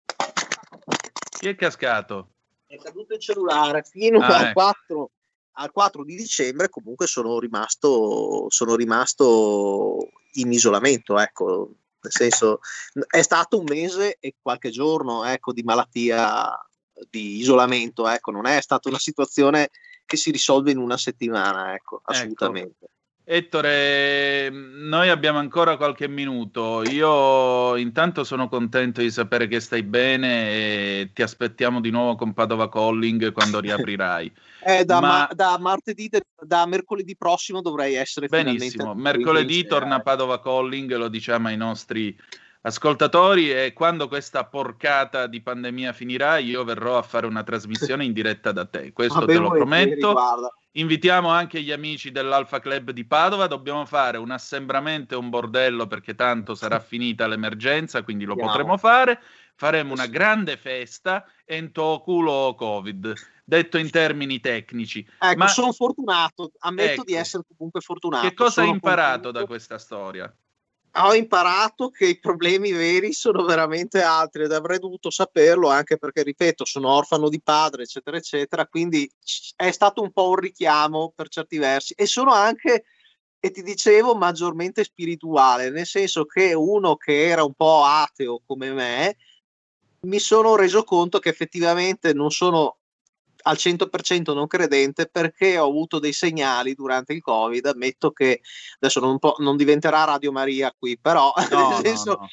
Chi è cascato? È caduto il cellulare fino ah, al, ecco. quattro, al quattro di dicembre. Comunque sono rimasto sono rimasto in isolamento, ecco, nel senso è stato un mese e qualche giorno, ecco, di malattia, di isolamento, ecco, non è stata una situazione che si risolve in una settimana, ecco, assolutamente. Ecco. Ettore, noi abbiamo ancora qualche minuto. Io intanto sono contento di sapere che stai bene e ti aspettiamo di nuovo con Padova Calling quando riaprirai. eh, da, Ma... ma, da martedì, da mercoledì prossimo dovrei essere benissimo. Finalmente mercoledì torna Padova Calling, lo diciamo ai nostri ascoltatori, e quando questa porcata di pandemia finirà io verrò a fare una trasmissione in diretta da te, questo Vabbè, te lo prometto. Guarda. Invitiamo anche gli amici dell'Alfa Club di Padova, dobbiamo fare un assembramento e un bordello perché tanto sarà finita l'emergenza, quindi lo Andiamo. potremo fare, faremo una grande festa ento culo Covid, detto in termini tecnici. Ecco, Ma sono fortunato, ammetto ecco, di essere comunque fortunato. che cosa hai Sono imparato contento. da questa storia? Ho imparato che i problemi veri sono veramente altri ed avrei dovuto saperlo, anche perché, ripeto, sono orfano di padre, eccetera, eccetera, quindi è stato un po' un richiamo per certi versi, e sono anche, e ti dicevo, maggiormente spirituale, nel senso che uno che era un po' ateo come me, mi sono reso conto che effettivamente non sono al cento per cento non credente, perché ho avuto dei segnali durante il Covid. Ammetto che adesso non, po- non diventerà Radio Maria qui, però No, nel senso, no, no.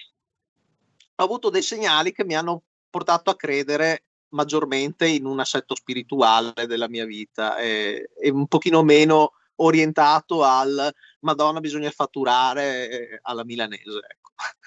ho avuto dei segnali che mi hanno portato a credere maggiormente in un assetto spirituale della mia vita, e, e un pochino meno orientato al Madonna bisogna fatturare eh, alla milanese, ecco.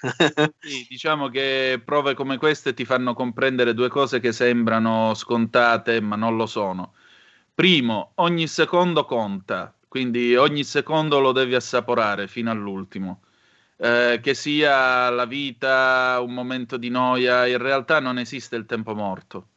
Sì, diciamo che prove come queste ti fanno comprendere due cose che sembrano scontate, ma non lo sono. Primo, ogni secondo conta, quindi ogni secondo lo devi assaporare fino all'ultimo. Eh, che sia la vita, un momento di noia, in realtà non esiste il tempo morto.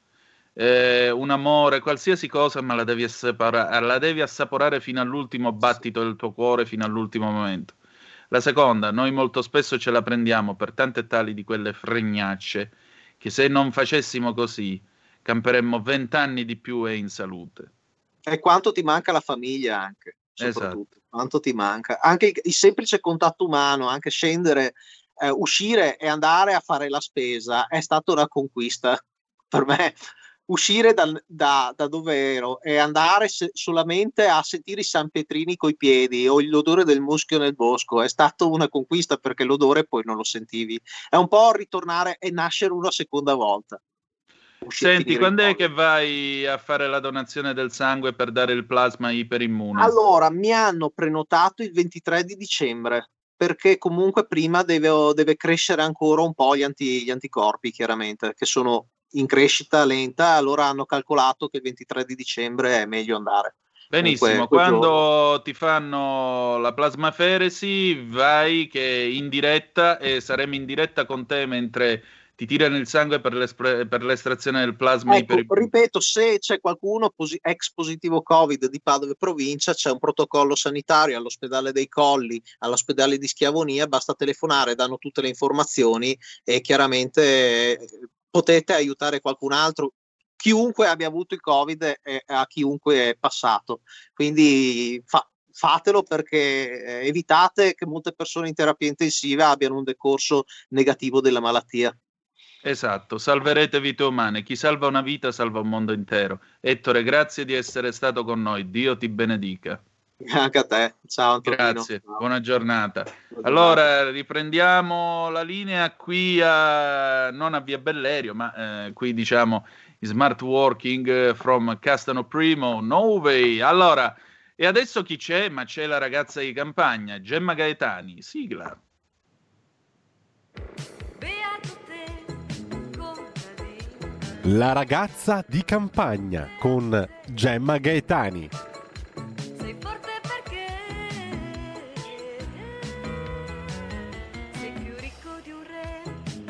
Eh, un amore, qualsiasi cosa, ma la devi assaporare, la devi assaporare fino all'ultimo battito del tuo cuore, fino all'ultimo momento. La seconda, noi molto spesso ce la prendiamo per tante e tali di quelle fregnacce che se non facessimo così camperemmo vent'anni di più e in salute. E quanto ti manca la famiglia anche, soprattutto. Esatto. Quanto ti manca. Anche il, il semplice contatto umano, anche scendere, eh, uscire e andare a fare la spesa è stata una conquista per me. Uscire da, da, da dove ero e andare se, solamente a sentire i sanpietrini coi piedi o l'odore del muschio nel bosco è stata una conquista, perché l'odore poi non lo sentivi. È un po' ritornare e nascere una seconda volta. Uscire, Senti, quando è che vai a fare la donazione del sangue per dare il plasma iperimmune? Allora, mi hanno prenotato il ventitré di dicembre, perché comunque prima deve, deve crescere ancora un po' gli, anti, gli anticorpi, chiaramente, che sono in crescita lenta. Allora hanno calcolato che il ventitré di dicembre è meglio andare. Benissimo, Comunque, quando giorno. ti fanno la plasmaferesi vai che in diretta, e saremo in diretta con te mentre ti tirano il sangue per, per l'estrazione del plasma. Ecco, iper... ripeto, se c'è qualcuno posi- ex positivo Covid di Padova e provincia, c'è un protocollo sanitario all'ospedale dei Colli, all'ospedale di Schiavonia, basta telefonare, danno tutte le informazioni e chiaramente eh, potete aiutare qualcun altro, chiunque abbia avuto il Covid e a chiunque è passato. Quindi fa- fatelo, perché eh, evitate che molte persone in terapia intensiva abbiano un decorso negativo della malattia. Esatto, salverete vite umane. Chi salva una vita salva un mondo intero. Ettore, grazie di essere stato con noi. Dio ti benedica. Anche a te. Ciao Antonino. Grazie, Ciao. buona giornata. Buona Allora, giornata. riprendiamo la linea qui a non a Via Bellerio, ma eh, qui diciamo in smart working from Castano Primo, Nove. Allora, e adesso chi c'è? Ma c'è la ragazza di campagna, Gemma Gaetani. Sigla. La ragazza di campagna con Gemma Gaetani. Sei forte perché sei più ricco di un re.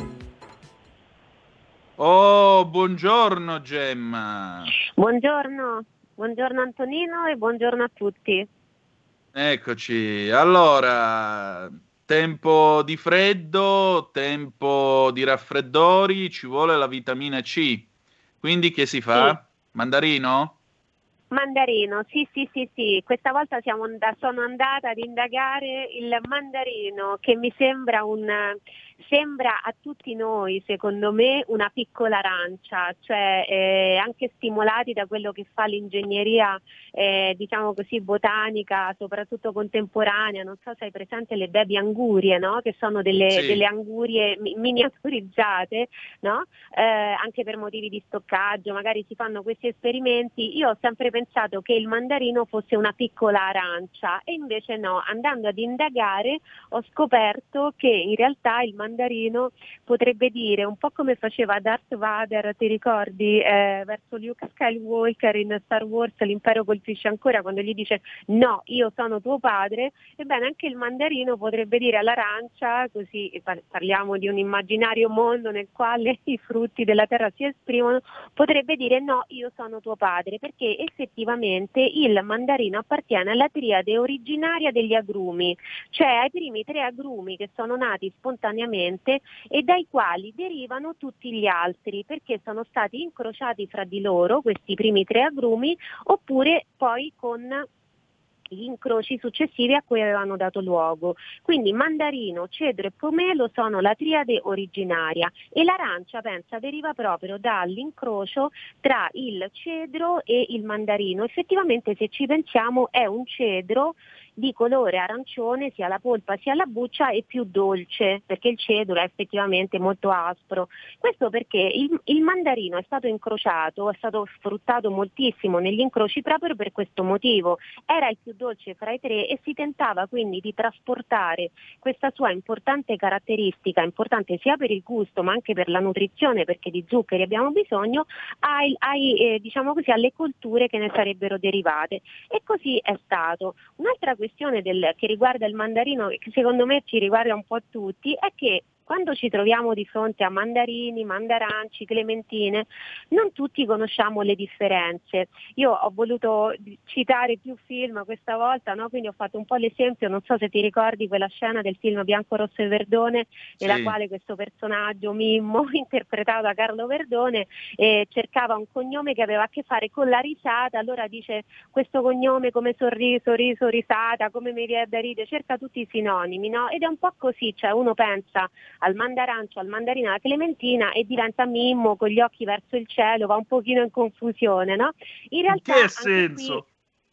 Oh, buongiorno Gemma. Buongiorno, buongiorno Antonino e buongiorno a tutti. Eccoci. Allora, tempo di freddo, tempo di raffreddori, ci vuole la vitamina C. Quindi che si fa? Sì. Mandarino? Mandarino, sì, sì, sì, sì. Questa volta siamo and- sono andata ad indagare il mandarino, che mi sembra un sembra a tutti noi, secondo me, una piccola arancia, cioè eh, anche stimolati da quello che fa l'ingegneria, eh, diciamo così, botanica, soprattutto contemporanea. Non so se hai presente le baby angurie, no? Che sono delle, Sì. delle angurie mi- miniaturizzate, no? Eh, anche per motivi di stoccaggio, magari si fanno questi esperimenti. Io ho sempre pensato che il mandarino fosse una piccola arancia, e invece no, andando ad indagare ho scoperto che in realtà il mandarino mandarino potrebbe dire, un po' come faceva Darth Vader, ti ricordi, eh, verso Luke Skywalker in Star Wars, l'impero colpisce ancora, quando gli dice no, io sono tuo padre, ebbene anche il mandarino potrebbe dire all'arancia, così parliamo di un immaginario mondo nel quale i frutti della terra si esprimono, potrebbe dire no, io sono tuo padre, perché effettivamente il mandarino appartiene alla triade originaria degli agrumi, cioè ai primi tre agrumi che sono nati spontaneamente e dai quali derivano tutti gli altri, perché sono stati incrociati fra di loro questi primi tre agrumi, oppure poi con gli incroci successivi a cui avevano dato luogo. Quindi mandarino, cedro e pomelo sono la triade originaria e l'arancia, pensa, deriva proprio dall'incrocio tra il cedro e il mandarino. Effettivamente, se ci pensiamo, è un cedro di colore arancione, sia la polpa sia la buccia, e più dolce, perché il cedro è effettivamente molto aspro. Questo perché il, il mandarino è stato incrociato, è stato sfruttato moltissimo negli incroci proprio per questo motivo. Era il più dolce fra i tre e si tentava quindi di trasportare questa sua importante caratteristica, importante sia per il gusto ma anche per la nutrizione, perché di zuccheri abbiamo bisogno, ai, ai, eh, diciamo così, alle colture che ne sarebbero derivate. E così è stato. Un'altra questione del, che riguarda il mandarino, che secondo me ci riguarda un po' tutti, è che quando ci troviamo di fronte a mandarini, mandaranci, clementine, non tutti conosciamo le differenze. Io ho voluto citare più film questa volta, no? Quindi ho fatto un po' l'esempio, non so se ti ricordi quella scena del film Bianco, Rosso e Verdone, nella Sì. quale questo personaggio Mimmo, interpretato da Carlo Verdone, eh, cercava un cognome che aveva a che fare con la risata, allora dice questo cognome come sorriso, riso, risata, come mi viene da ridere, cerca tutti i sinonimi, no? Ed è un po' così, cioè uno pensa al mandarancio, al mandarino, alla clementina e diventa Mimmo con gli occhi verso il cielo, va un pochino in confusione, no? In realtà, che anche senso? qui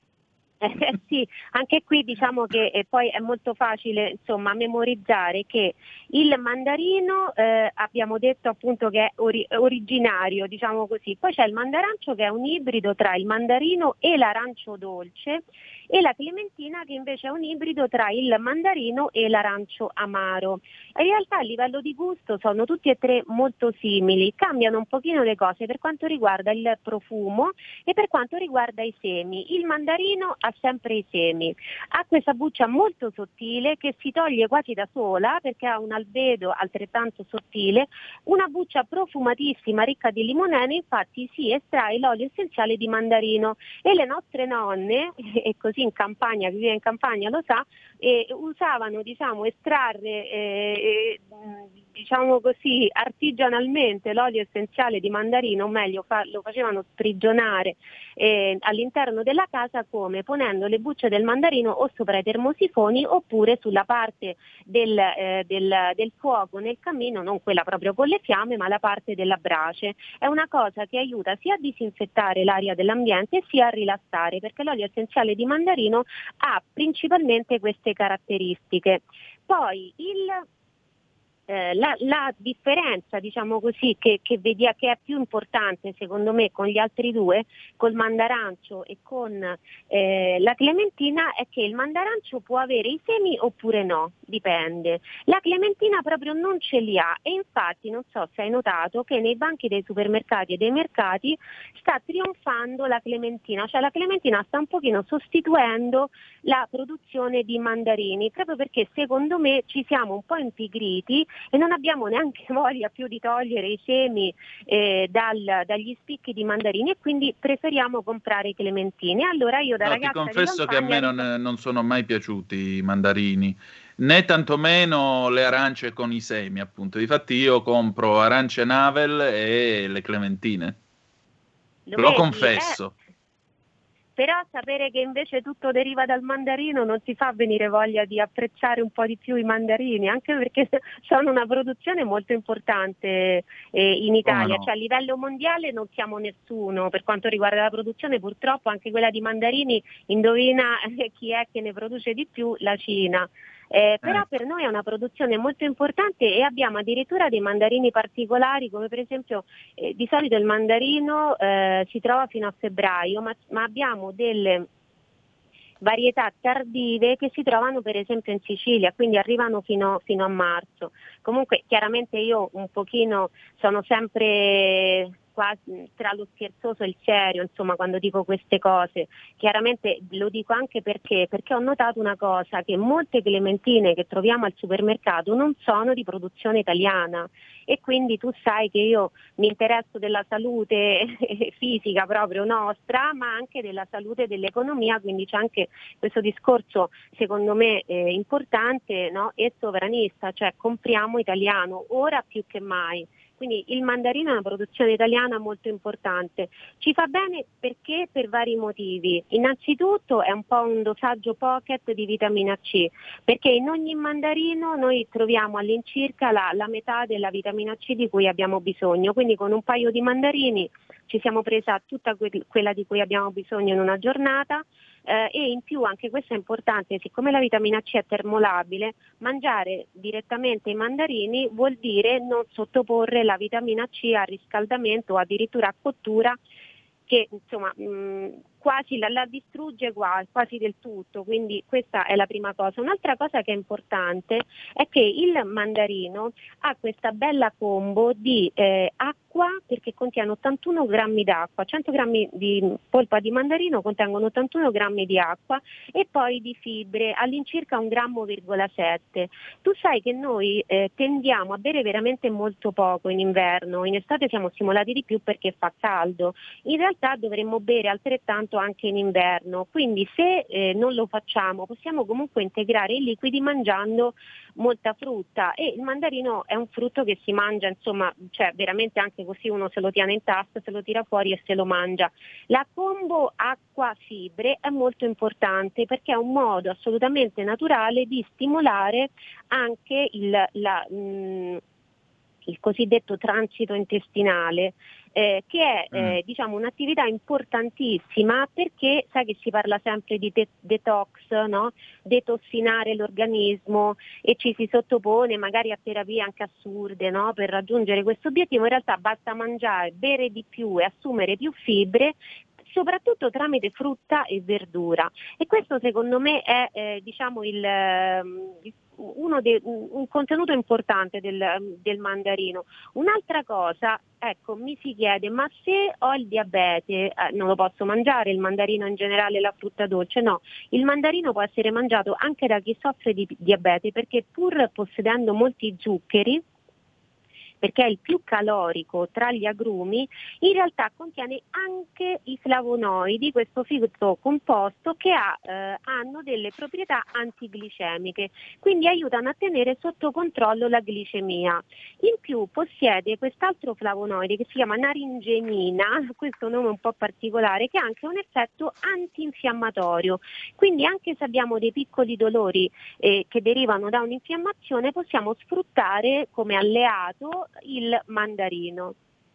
Eh, sì, anche qui diciamo che eh, poi è molto facile insomma memorizzare che il mandarino eh, abbiamo detto appunto che è ori- originario, diciamo così, poi c'è il mandarancio che è un ibrido tra il mandarino e l'arancio dolce, e la clementina che invece è un ibrido tra il mandarino e l'arancio amaro. In realtà a livello di gusto sono tutti e tre molto simili, cambiano un pochino le cose per quanto riguarda il profumo e per quanto riguarda i semi. Il mandarino ha sempre i semi, ha questa buccia molto sottile che si toglie quasi da sola perché ha un albedo altrettanto sottile, una buccia profumatissima ricca di limonene, infatti si estrae l'olio essenziale di mandarino e le nostre nonne, e così in campagna, chi vive in campagna lo sa, eh, usavano diciamo estrarre eh, diciamo così artigianalmente l'olio essenziale di mandarino, o meglio fa, lo facevano sprigionare eh, all'interno della casa, come ponendo le bucce del mandarino o sopra i termosifoni oppure sulla parte del, eh, del, del fuoco nel camino, non quella proprio con le fiamme ma la parte della brace. È una cosa che aiuta sia a disinfettare l'aria dell'ambiente sia a rilassare, perché l'olio essenziale di mandarino ha principalmente queste caratteristiche. Poi il Eh, la, la differenza, diciamo così, che, che, vedia, che è più importante secondo me con gli altri due, col mandarancio e con eh, la clementina, è che il mandarancio può avere i semi oppure no, dipende. La clementina proprio non ce li ha, e infatti non so se hai notato che nei banchi dei supermercati e dei mercati sta trionfando la clementina, cioè la clementina sta un pochino sostituendo la produzione di mandarini, proprio perché secondo me ci siamo un po' impigriti e non abbiamo neanche voglia più di togliere i semi eh, dal, dagli spicchi di mandarini, e quindi preferiamo comprare i clementini. Allora io da No, ragazza ti confesso di che a me campagna non, non sono mai piaciuti i mandarini, né tantomeno le arance con i semi, appunto. Difatti io compro arance Navel e le clementine. lo, Lo vedi, confesso. Eh, però sapere che invece tutto deriva dal mandarino non ti fa venire voglia di apprezzare un po' di più i mandarini, anche perché sono una produzione molto importante eh, in Italia, no? Cioè a livello mondiale non siamo nessuno per quanto riguarda la produzione, purtroppo anche quella di mandarini, indovina eh, chi è che ne produce di più? La Cina. Eh, però Eh. per noi è una produzione molto importante e abbiamo addirittura dei mandarini particolari, come per esempio eh, di solito il mandarino eh, si trova fino a febbraio, ma, ma abbiamo delle varietà tardive che si trovano per esempio in Sicilia, quindi arrivano fino, fino a marzo. Comunque chiaramente io un pochino sono sempre quasi tra lo scherzoso e il serio, insomma, quando dico queste cose. Chiaramente lo dico anche perché, perché ho notato una cosa, che molte clementine che troviamo al supermercato non sono di produzione italiana, e quindi tu sai che io mi interesso della salute fisica proprio nostra, ma anche della salute dell'economia, quindi c'è anche questo discorso secondo me eh, importante, no? E sovranista, cioè compriamo italiano ora più che mai. Quindi il mandarino è una produzione italiana molto importante. Ci fa bene perché per vari motivi. Innanzitutto è un po' un dosaggio pocket di vitamina C, perché in ogni mandarino noi troviamo all'incirca la, la metà della vitamina C di cui abbiamo bisogno. Quindi con un paio di mandarini ci siamo presa tutta que- quella di cui abbiamo bisogno in una giornata. Eh, e in più, anche questo è importante, siccome la vitamina C è termolabile, mangiare direttamente i mandarini vuol dire non sottoporre la vitamina C a riscaldamento o addirittura a cottura, che insomma mh, quasi la, la distrugge quasi, quasi del tutto, quindi questa è la prima cosa. Un'altra cosa che è importante è che il mandarino ha questa bella combo di eh, acqua, perché contiene ottantuno grammi d'acqua, cento grammi di polpa di mandarino contengono ottantuno grammi di acqua, e poi di fibre all'incirca un grammo virgola sette. Tu sai che noi eh, tendiamo a bere veramente molto poco in inverno, in estate siamo stimolati di più perché fa caldo, in realtà dovremmo bere altrettanto anche in inverno, quindi se eh, non lo facciamo possiamo comunque integrare i liquidi mangiando molta frutta, e il mandarino è un frutto che si mangia, insomma, cioè veramente anche così uno se lo tiene in tasca, se lo tira fuori e se lo mangia. La combo acqua-fibre è molto importante perché è un modo assolutamente naturale di stimolare anche il, la, mh, il cosiddetto transito intestinale, eh, che è eh, diciamo un'attività importantissima, perché sai che si parla sempre di de- detox, no? Detossinare l'organismo, e ci si sottopone magari a terapie anche assurde, no? Per raggiungere questo obiettivo. In realtà basta mangiare, bere di più e assumere più fibre, soprattutto tramite frutta e verdura, e questo secondo me è eh, diciamo il, il uno de, un contenuto importante del, del mandarino. Un'altra cosa, ecco, mi si chiede, ma se ho il diabete eh, non lo posso mangiare il mandarino, in generale la frutta dolce? No, il mandarino può essere mangiato anche da chi soffre di diabete, perché pur possedendo molti zuccheri, perché è il più calorico tra gli agrumi, in realtà contiene anche i flavonoidi, questo fitocomposto che ha, eh, hanno delle proprietà antiglicemiche, quindi aiutano a tenere sotto controllo la glicemia. In più possiede quest'altro flavonoide che si chiama naringenina, questo nome un po' particolare, che ha anche un effetto antinfiammatorio, quindi anche se abbiamo dei piccoli dolori eh, che derivano da un'infiammazione, possiamo sfruttare come alleato il mandarino.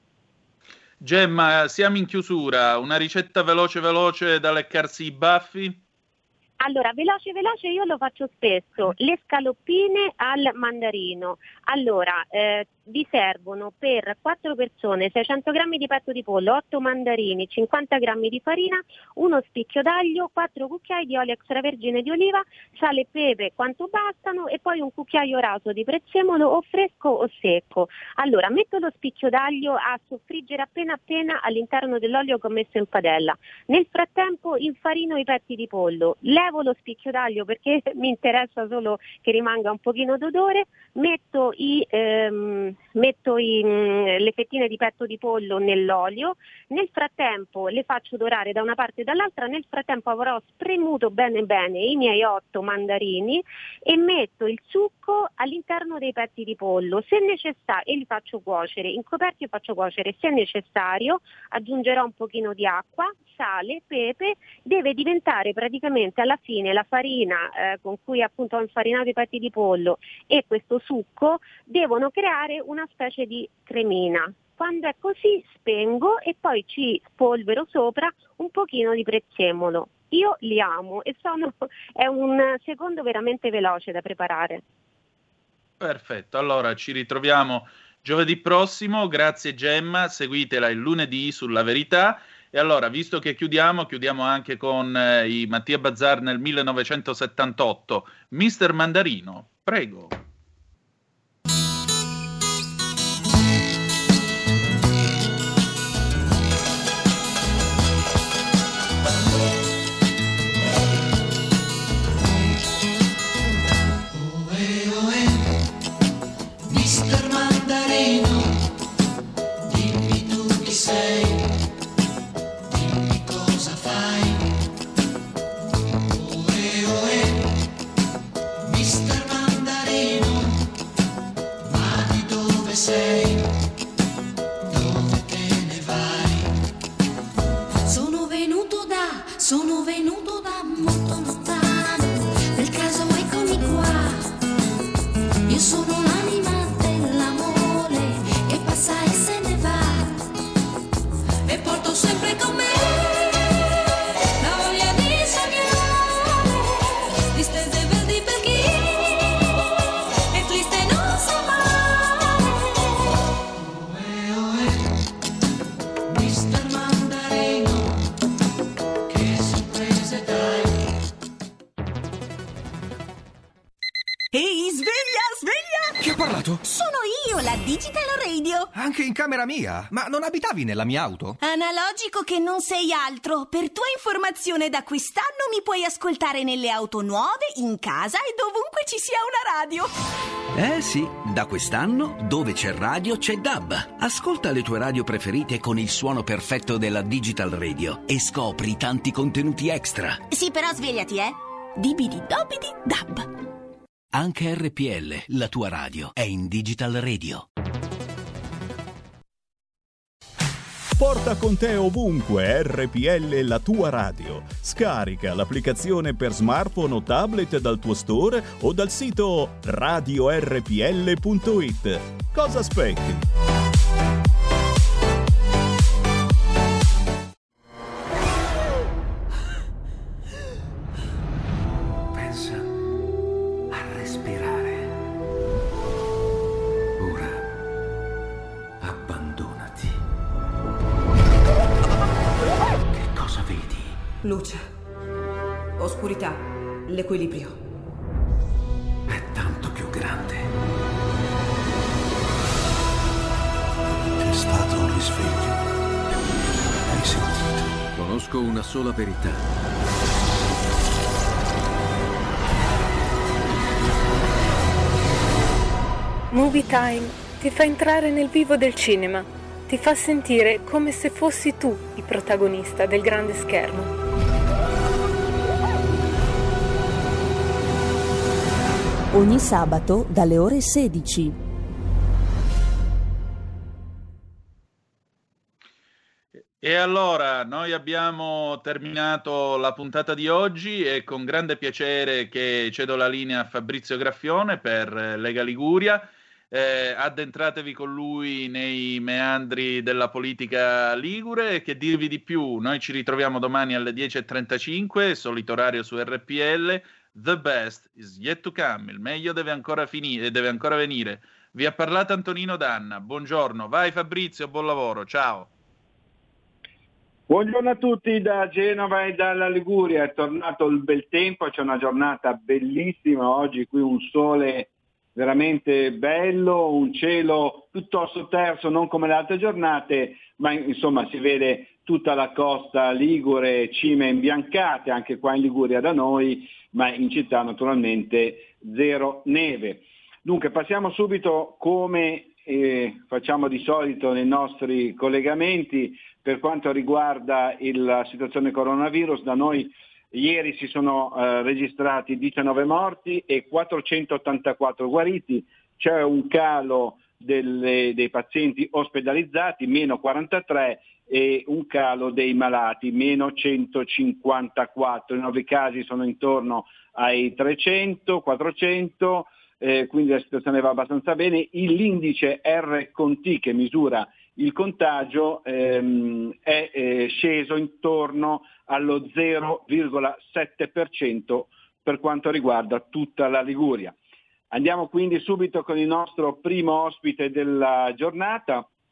Gemma, siamo in chiusura, una ricetta veloce veloce da leccarsi i baffi? Allora, veloce veloce io lo faccio spesso, le scaloppine al mandarino. Allora, eh, vi servono per quattro persone seicento grammi di petto di pollo, otto mandarini, cinquanta grammi di farina, uno spicchio d'aglio, quattro cucchiai di olio extravergine di oliva, sale e pepe quanto bastano, e poi un cucchiaio raso di prezzemolo o fresco o secco. Allora, metto lo spicchio d'aglio a soffriggere appena appena all'interno dell'olio che ho messo in padella. Nel frattempo infarino i petti di pollo, levo lo spicchio d'aglio perché mi interessa solo che rimanga un pochino d'odore, metto i ehm, metto i, mh, le fettine di petto di pollo nell'olio, nel frattempo le faccio dorare da una parte e dall'altra, nel frattempo avrò spremuto bene bene i miei otto mandarini e metto il succo all'interno dei petti di pollo, se necessario, e li faccio cuocere, incoperti e faccio cuocere, se necessario aggiungerò un pochino di acqua, sale, pepe, deve diventare praticamente alla fine la farina eh, con cui appunto ho infarinato i petti di pollo e questo succo devono creare una specie di cremina. Quando è così spengo e poi ci spolvero sopra un pochino di prezzemolo. Io li amo e sono, è un secondo veramente veloce da preparare. Perfetto, allora ci ritroviamo giovedì prossimo, grazie Gemma, seguitela il lunedì sulla Verità E allora, visto che chiudiamo, chiudiamo anche con eh, i Mattia Bazar nel millenovecentosettantotto. mister Mandarino, prego. mister Mandarino, dimmi tu chi sei, dimmi cosa fai. Oe oe, mister Mandarino, ma di dove sei, dove te ne vai? Sono venuto da, sono venuto da molto lontano, per caso eccomi qua, io sono l'anima che passa e se ne va, e porto sempre con me la voglia di sognare, distese verdi per chi è triste e non sa male. Oe oe, mister Mandarino, che sorprese dai. Ehi, sveglia, sveglia! Chi ha parlato? Sono io, la Digital Radio. Anche in camera mia? Ma non abitavi nella mia auto? Analogico che non sei altro. Per tua informazione, da quest'anno mi puoi ascoltare nelle auto nuove, in casa e dovunque ci sia una radio. Eh sì, da quest'anno dove c'è radio c'è D A B. Ascolta le tue radio preferite con il suono perfetto della Digital Radio e scopri tanti contenuti extra. Sì, però svegliati, eh. Dibidi dobidi D A B. Anche R P L, la tua radio, è in Digital Radio. Porta con te ovunque R P L, la tua radio. Scarica l'applicazione per smartphone o tablet dal tuo store o dal sito radio r p l punto i t. Cosa aspetti? Luce, oscurità, l'equilibrio. È tanto più grande. C'è stato un risveglio. Hai sentito? Conosco una sola verità. Movie Time ti fa entrare nel vivo del cinema, ti fa sentire come se fossi tu il protagonista del grande schermo. Ogni sabato dalle ore sedici. E allora, noi abbiamo terminato la puntata di oggi e con grande piacere che cedo la linea a Fabrizio Graffione per Lega Liguria. Eh, addentratevi con lui nei meandri della politica ligure e che dirvi di più. Noi ci ritroviamo domani alle dieci e trentacinque, solito orario su R P L. The best is yet to come, il meglio deve ancora finire, deve ancora venire. Vi ha parlato Antonino Danna, buongiorno. Vai Fabrizio, buon lavoro, ciao. Buongiorno a tutti da Genova e dalla Liguria. È tornato il bel tempo, c'è una giornata bellissima oggi, qui un sole veramente bello, un cielo piuttosto terso, non come le altre giornate, ma insomma si vede tutta la costa ligure, cime imbiancate, anche qua in Liguria da noi, ma in città naturalmente zero neve. Dunque passiamo subito, come eh, facciamo di solito nei nostri collegamenti, per quanto riguarda il, la situazione coronavirus. Da noi ieri si sono eh, registrati diciannove morti e quattrocentottantaquattro guariti, c'è un calo delle, dei pazienti ospedalizzati, meno quarantatré, e un calo dei malati, meno centocinquantaquattro. I nuovi casi sono intorno ai trecento, quattrocento, eh, quindi la situazione va abbastanza bene. L'indice R con T, che misura il contagio, ehm, è eh, sceso intorno allo zero virgola sette per cento per quanto riguarda tutta la Liguria. Andiamo quindi subito con il nostro primo ospite della giornata.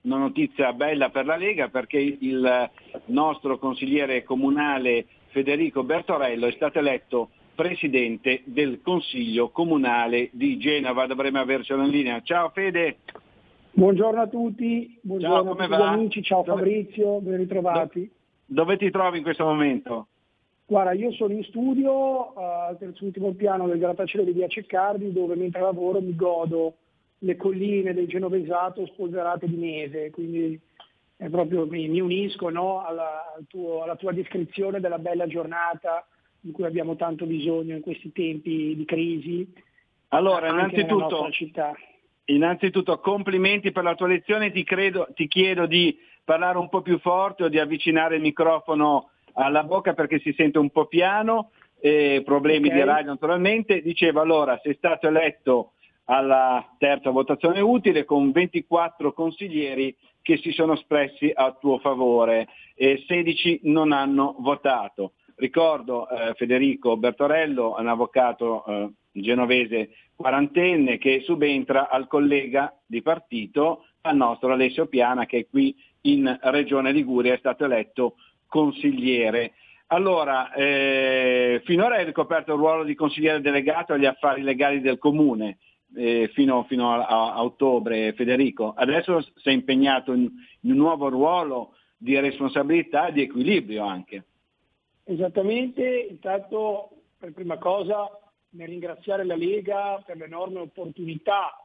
una notizia bella per la Lega, perché il nostro consigliere comunale Federico Bertorello è stato eletto presidente del Consiglio Comunale di Genova. Dovremmo avercelo in linea. Ciao Fede. Buongiorno a tutti, buongiorno Ciao, come a tutti va? gli amici, ciao Dove... Fabrizio, ben ritrovati. Dove ti trovi in questo momento? Guarda, io sono in studio uh, al terzultimo piano del grattacielo di Via Ceccardi, dove mentre lavoro mi godo le colline del Genovesato spolverate di neve, quindi è proprio, mi, mi unisco, no, alla, al tuo, alla tua descrizione della bella giornata di cui abbiamo tanto bisogno in questi tempi di crisi. Allora, anche nella innanzitutto, nostra città. innanzitutto complimenti per la tua lezione, ti, credo, ti chiedo di parlare un po' più forte o di avvicinare il microfono alla bocca perché si sente un po' piano, eh, problemi Okay. di radio naturalmente. Dicevo, allora, sei stato eletto alla terza votazione utile con ventiquattro consiglieri che si sono espressi a tuo favore e sedici non hanno votato. Ricordo eh, Federico Bertorello, un avvocato eh, genovese quarantenne che subentra al collega di partito, al nostro Alessio Piana, che è qui in Regione Liguria, è stato eletto consigliere. Allora, eh, finora hai ricoperto il ruolo di consigliere delegato agli affari legali del comune eh, fino, fino a, a, a ottobre, Federico. Adesso sei impegnato in, in un nuovo ruolo di responsabilità e di equilibrio anche. Esattamente, intanto per prima cosa nel ringraziare la Lega per l'enorme opportunità,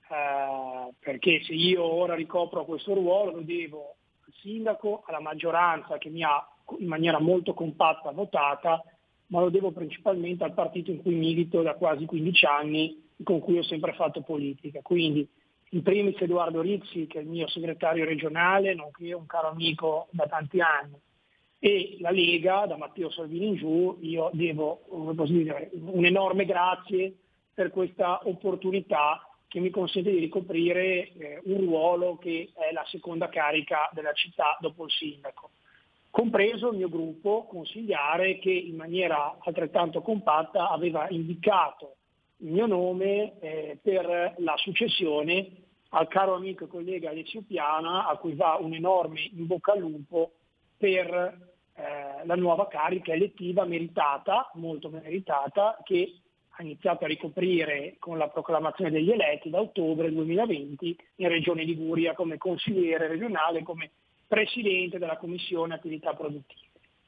eh, perché se io ora ricopro questo ruolo lo devo al sindaco, alla maggioranza che mi ha in maniera molto compatta votata, ma lo devo principalmente al partito in cui milito da quasi quindici anni e con cui ho sempre fatto politica. Quindi in primis Edoardo Rizzi, che è il mio segretario regionale, nonché un caro amico da tanti anni, e la Lega, da Matteo Salvini in giù. Io devo, come posso dire, un enorme grazie per questa opportunità che mi consente di ricoprire eh, un ruolo che è la seconda carica della città dopo il sindaco, compreso il mio gruppo consigliare che in maniera altrettanto compatta aveva indicato il mio nome eh, per la successione al caro amico e collega Alessio Piana, a cui va un enorme in bocca al lupo per eh, la nuova carica elettiva meritata, molto meritata, che ha iniziato a ricoprire con la proclamazione degli eletti da ottobre duemilaventi in Regione Liguria come consigliere regionale, come presidente della Commissione Attività Produttive.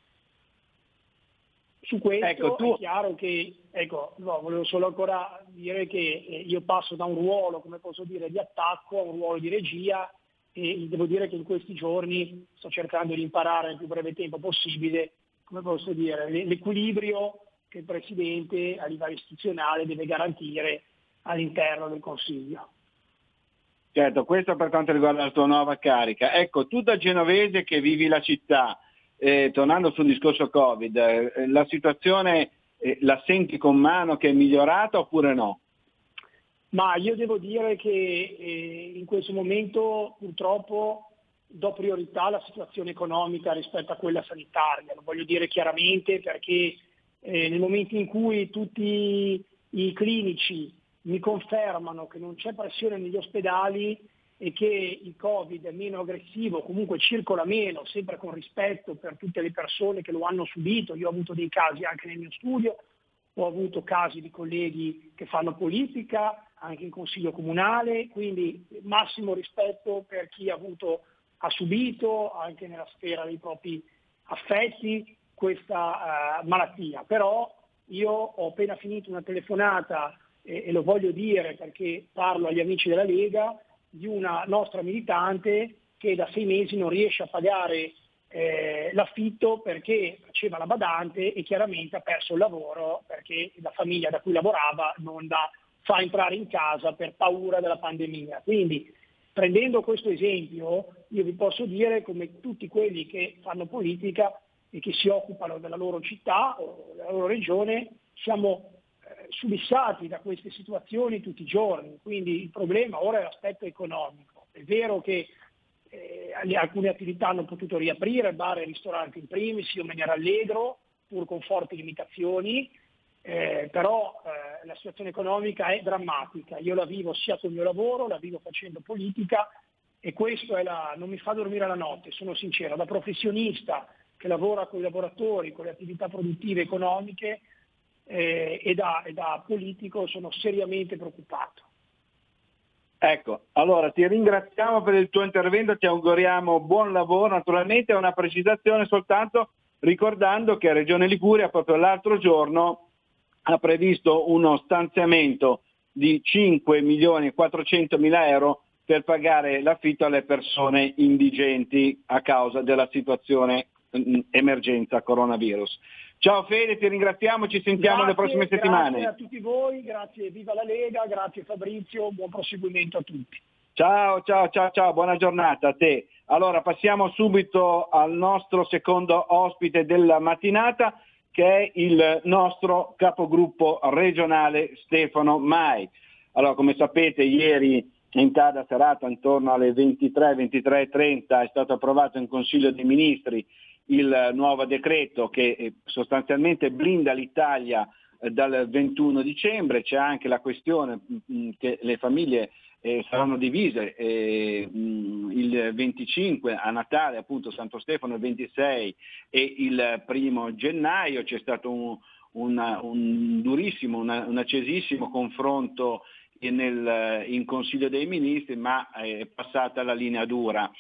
Su questo Ecco, tu... è chiaro che, ecco, no, volevo solo ancora dire che eh, io passo da un ruolo, come posso dire, di attacco a un ruolo di regia, e devo dire che in questi giorni sto cercando di imparare nel più breve tempo possibile, come posso dire, l'equilibrio che il Presidente a livello istituzionale deve garantire all'interno del Consiglio. Certo, questo per quanto riguarda la tua nuova carica. Ecco, tu da genovese che vivi la città, eh, tornando sul discorso Covid, eh, la situazione eh, la senti con mano che è migliorata oppure no? Ma io devo dire che eh, in questo momento purtroppo do priorità alla situazione economica rispetto a quella sanitaria, lo voglio dire chiaramente perché eh, nel momento in cui tutti i clinici mi confermano che non c'è pressione negli ospedali e che il Covid è meno aggressivo, comunque circola meno, sempre con rispetto per tutte le persone che lo hanno subito. Io ho avuto dei casi anche nel mio studio, ho avuto casi di colleghi che fanno politica, anche in consiglio comunale, quindi massimo rispetto per chi ha avuto, ha subito anche nella sfera dei propri affetti questa uh, malattia. Però io ho appena finito una telefonata, e, e lo voglio dire perché parlo agli amici della Lega, di una nostra militante che da sei mesi non riesce a pagare eh, l'affitto perché faceva la badante e chiaramente ha perso il lavoro perché la famiglia da cui lavorava non la fa entrare in casa per paura della pandemia. Quindi prendendo questo esempio io vi posso dire come tutti quelli che fanno politica e che si occupano della loro città o della loro regione siamo eh, subissati da queste situazioni tutti i giorni, quindi il problema ora è l'aspetto economico. È vero che eh, alcune attività hanno potuto riaprire, bar e ristoranti in primis, io me ne rallegro pur con forti limitazioni, eh, però eh, la situazione economica è drammatica, io la vivo sia col mio lavoro, la vivo facendo politica e questo è la, non mi fa dormire la notte, sono sincero, da professionista che lavora con i lavoratori, con le attività produttive economiche eh, e, da, e da politico sono seriamente preoccupato. Ecco, allora ti ringraziamo per il tuo intervento, ti auguriamo buon lavoro, naturalmente una precisazione soltanto ricordando che Regione Liguria proprio l'altro giorno ha previsto uno stanziamento di cinque milioni e quattrocentomila euro per pagare l'affitto alle persone indigenti a causa della situazione mh, emergenza coronavirus. Ciao Fede, ti ringraziamo, ci sentiamo Grazie, le prossime settimane. Grazie a tutti voi, grazie, viva la Lega, grazie Fabrizio, buon proseguimento a tutti. Ciao, ciao, ciao, ciao, buona giornata a te. Allora passiamo subito al nostro secondo ospite della mattinata, che è il nostro capogruppo regionale Stefano Mai. Allora, come sapete, ieri in tarda serata, intorno alle ventitré, ventitré e trenta, è stato approvato in Consiglio dei Ministri il nuovo decreto che sostanzialmente blinda l'Italia dal ventuno dicembre. C'è anche la questione mh, che le famiglie eh, saranno divise eh, mh, il venticinque a Natale, appunto Santo Stefano il ventisei e il primo gennaio. C'è stato un, un, un durissimo, una, un accesissimo confronto nel, in Consiglio dei Ministri, ma è passata la linea dura.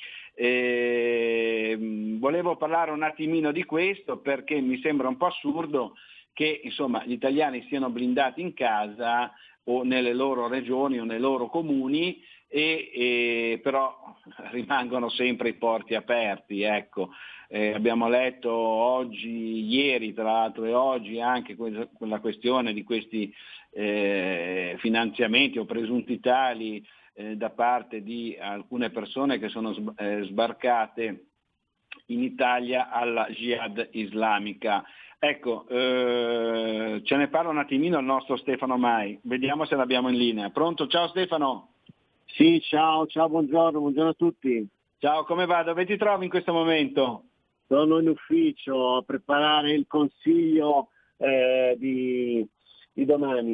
Eh, volevo parlare un attimino di questo perché mi sembra un po' assurdo che insomma gli italiani siano blindati in casa o nelle loro regioni o nei loro comuni e, e però rimangono sempre i porti aperti, ecco. Eh, abbiamo letto oggi, ieri tra l'altro e oggi anche quella questione di questi eh, finanziamenti o presunti tali eh, da parte di alcune persone che sono eh, sbarcate in Italia alla Jihad islamica. Ecco, eh, ce ne parla un attimino il nostro Stefano Mai, vediamo se l'abbiamo in linea. Pronto? Ciao Stefano. Sì, ciao, ciao, buongiorno, buongiorno a tutti. Ciao, come va? Dove ti trovi in questo momento? Sono in ufficio a preparare il consiglio eh, di, di domani.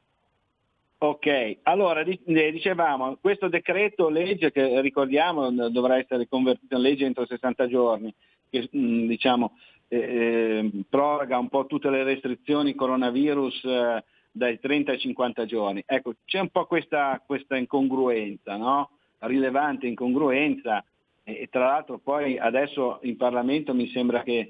Ok, allora dicevamo, questo decreto legge che ricordiamo dovrà essere convertito in legge entro sessanta giorni, che diciamo eh, proroga un po' tutte le restrizioni coronavirus eh, dai trenta ai cinquanta giorni. Ecco, c'è un po' questa, questa incongruenza, no? Rilevante incongruenza, e tra l'altro poi adesso in Parlamento mi sembra che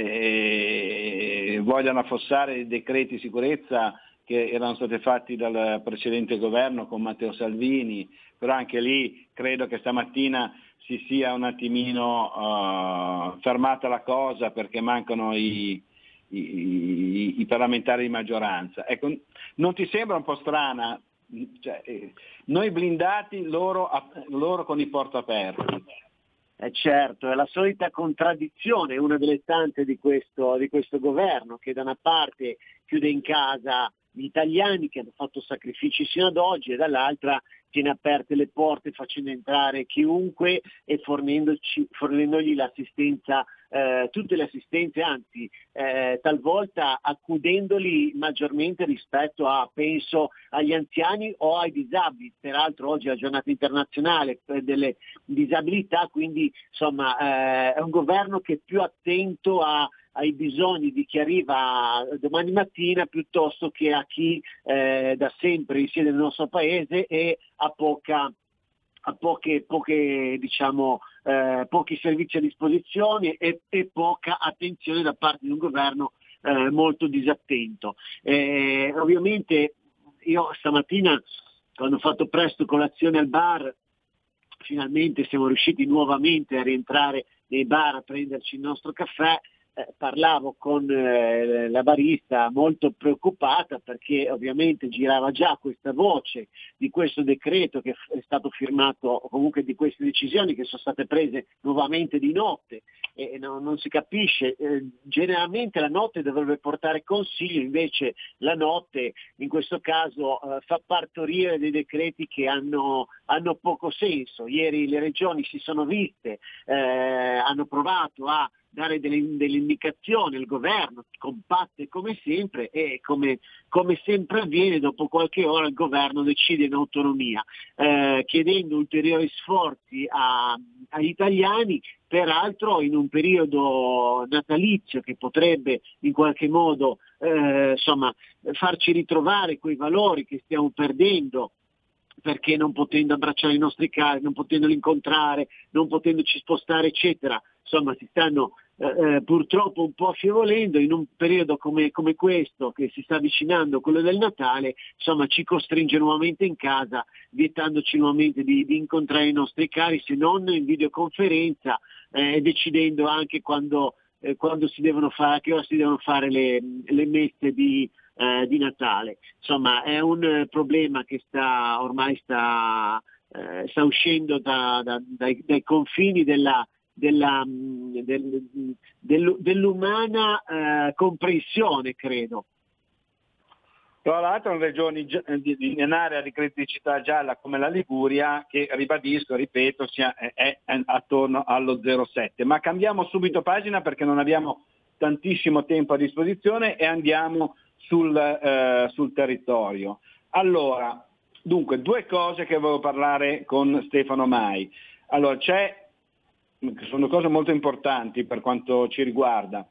eh, vogliano affossare i decreti sicurezza che erano stati fatti dal precedente governo con Matteo Salvini, però anche lì credo che stamattina si sia un attimino uh, fermata la cosa perché mancano i, i, i parlamentari di maggioranza. Ecco, non ti sembra un po' strana? Cioè, eh, noi blindati, loro, loro con i porti aperti. Eh certo, è la solita contraddizione, una delle tante di questo, di questo governo, che da una parte chiude in casa gli italiani che hanno fatto sacrifici sino ad oggi e dall'altra tiene aperte le porte facendo entrare chiunque e fornendoci, fornendogli l'assistenza, eh, tutte le assistenze, anzi eh, talvolta accudendoli maggiormente rispetto a, penso, agli anziani o ai disabili. Peraltro oggi è la giornata internazionale delle disabilità, quindi insomma eh, è un governo che è più attento a ai bisogni di chi arriva domani mattina piuttosto che a chi eh, da sempre risiede nel nostro paese e ha poca a poche, poche diciamo eh, pochi servizi a disposizione e, e poca attenzione da parte di un governo eh, molto disattento. Eh, ovviamente io stamattina quando ho fatto presto colazione al bar finalmente siamo riusciti nuovamente a rientrare nei bar a prenderci il nostro caffè. Eh, parlavo con eh, la barista molto preoccupata perché ovviamente girava già questa voce di questo decreto che f- è stato firmato, o comunque di queste decisioni che sono state prese nuovamente di notte e no, non si capisce, eh, generalmente la notte dovrebbe portare consiglio, invece la notte in questo caso eh, fa partorire dei decreti che hanno, hanno poco senso. Ieri le regioni si sono viste, eh, hanno provato a dare delle, delle indicazioni al governo, compatte come sempre, e come, come sempre avviene, dopo qualche ora il governo decide in autonomia, eh, chiedendo ulteriori sforzi a, agli italiani, peraltro in un periodo natalizio che potrebbe in qualche modo eh, insomma, farci ritrovare quei valori che stiamo perdendo, perché non potendo abbracciare i nostri cari, non potendoli incontrare, non potendoci spostare, eccetera, insomma si stanno eh, purtroppo un po' affievolendo in un periodo come, come questo, che si sta avvicinando, quello del Natale, insomma ci costringe nuovamente in casa, vietandoci nuovamente di, di incontrare i nostri cari, se non in videoconferenza, eh, decidendo anche quando, eh, quando si devono fare, che ora si devono fare le, le messe di Eh, di Natale. Insomma è un eh, problema che sta ormai sta, eh, sta uscendo da, da, dai, dai confini della, della, del, del, dell'umana eh, comprensione, credo. Tra l'altro in regioni in area di criticità gialla come la Liguria, che ribadisco, ripeto, sia, è, è attorno allo zero virgola sette. Ma cambiamo subito pagina perché non abbiamo tantissimo tempo a disposizione e andiamo sul, eh, sul territorio. Allora, dunque, due cose che volevo parlare con Stefano Mai. Allora, c'è, sono cose molto importanti per quanto ci riguarda.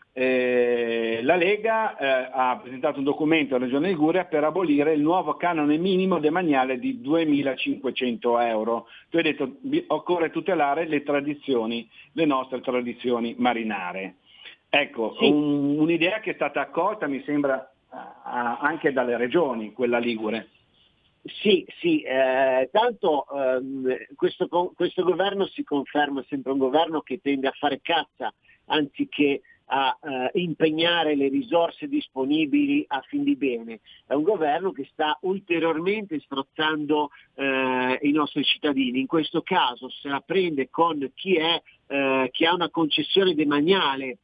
Eh, la Lega eh, ha presentato un documento alla Regione Liguria per abolire il nuovo canone minimo demaniale di duemilacinquecento euro. Tu hai detto che occorre tutelare le tradizioni, le nostre tradizioni marinare. Ecco, sì. un, un'idea che è stata accolta, mi sembra, uh, anche dalle regioni, quella ligure. Sì, sì, eh, tanto ehm, questo, questo governo si conferma sempre un governo che tende a fare cassa anziché a eh, impegnare le risorse disponibili a fin di bene. È un governo che sta ulteriormente strozzando eh, i nostri cittadini. In questo caso se la prende con chi, è, eh, chi ha una concessione demaniale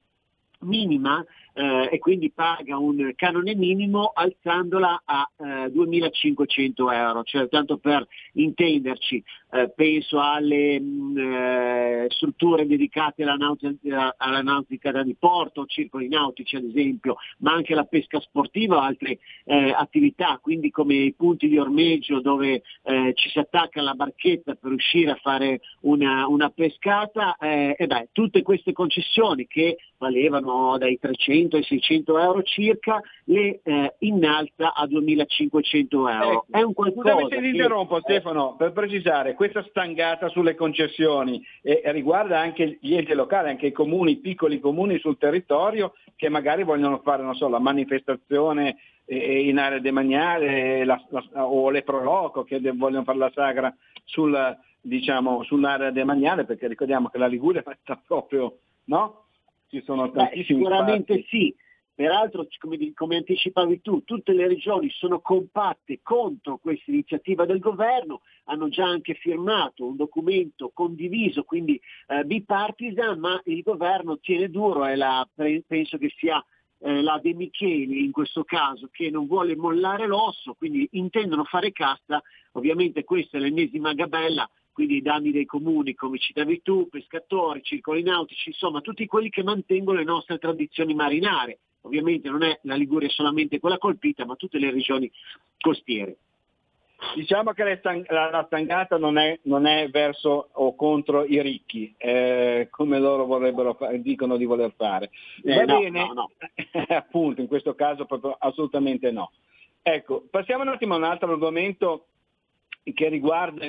minima eh, e quindi paga un canone minimo alzandola a eh, duemilacinquecento euro, cioè tanto per intenderci, eh, penso alle mh, eh, strutture dedicate alla nautica, alla nautica da diporto, circoli nautici ad esempio, ma anche la pesca sportiva o altre eh, attività, quindi come i punti di ormeggio dove eh, ci si attacca alla barchetta per riuscire a fare una, una pescata, eh, e beh, tutte queste concessioni che valevano dai trecento ai seicento euro circa, le eh, innalza a duemilacinquecento euro. Ecco, è un qualcosa scusami se ti che... interrompo Stefano, per precisare, questa stangata sulle concessioni eh, riguarda anche gli enti locali, anche i comuni, i piccoli comuni sul territorio che magari vogliono fare, non so, la manifestazione eh, in area demaniale la, la, o le proloco che de- vogliono fare la sagra sul, diciamo, sull'area demaniale, perché ricordiamo che la Liguria sta proprio, no? Ci sono tantissimi Beh, sicuramente spazi. sì, peraltro come, come anticipavi tu, tutte le regioni sono compatte contro questa iniziativa del governo, hanno già anche firmato un documento condiviso, quindi eh, bipartisan, ma il governo tiene duro e la, penso che sia eh, la De Micheli in questo caso che non vuole mollare l'osso, quindi intendono fare cassa. Ovviamente questa è l'ennesima gabella, quindi i danni dei comuni, come citavi tu, pescatori, circoli nautici, insomma tutti quelli che mantengono le nostre tradizioni marinare. Ovviamente non è la Liguria solamente quella colpita, ma tutte le regioni costiere. Diciamo che la, la stangata non è, non è verso o contro i ricchi, eh, come loro vorrebbero fare, dicono di voler fare. Eh, Va no, bene, no, no. appunto, in questo caso proprio assolutamente no. Ecco, passiamo un attimo a un altro argomento che riguarda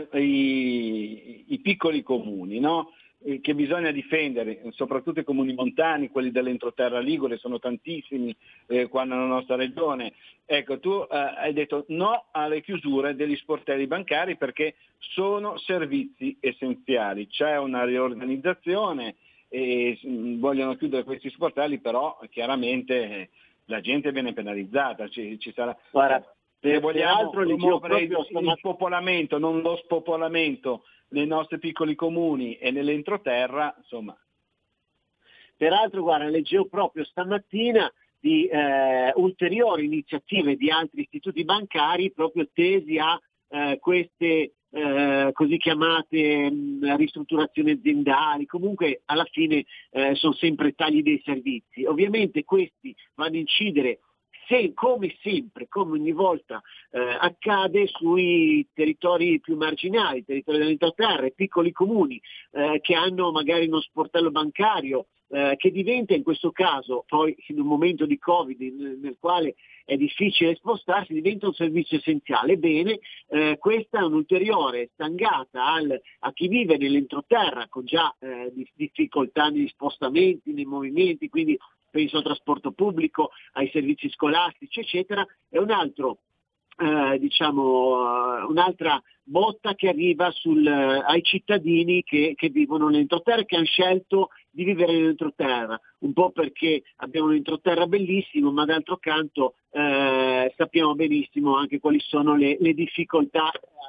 i, i piccoli comuni, no? Che bisogna difendere, soprattutto i comuni montani, quelli dell'entroterra ligure, sono tantissimi eh, qua nella nostra regione. Ecco, tu eh, hai detto no alle chiusure degli sportelli bancari perché sono servizi essenziali. C'è una riorganizzazione e mh, vogliono chiudere questi sportelli, però chiaramente eh, la gente viene penalizzata. Ci, ci sarà... Guarda, Se vogliamo promuovere il, proprio... il spopolamento, non lo spopolamento nei nostri piccoli comuni e nell'entroterra, insomma. Peraltro, guarda, leggevo proprio stamattina di eh, ulteriori iniziative di altri istituti bancari proprio tesi a eh, queste eh, così chiamate mh, ristrutturazioni aziendali, comunque alla fine eh, sono sempre tagli dei servizi. Ovviamente questi vanno a incidere Se, come sempre, come ogni volta eh, accade, sui territori più marginali, territori dell'entroterra, piccoli comuni eh, che hanno magari uno sportello bancario eh, che diventa in questo caso, poi in un momento di Covid nel, nel quale è difficile spostarsi, diventa un servizio essenziale. Bene, eh, questa è un'ulteriore stangata al, a chi vive nell'entroterra con già eh, di, difficoltà negli spostamenti, nei movimenti, quindi penso al trasporto pubblico, ai servizi scolastici, eccetera, è un altro, eh, diciamo, un'altra botta che arriva sul, ai cittadini che, che vivono nell'entroterra e che hanno scelto di vivere nell'entroterra, un po' perché abbiamo un entroterra bellissimo, ma d'altro canto eh, sappiamo benissimo anche quali sono le, le difficoltà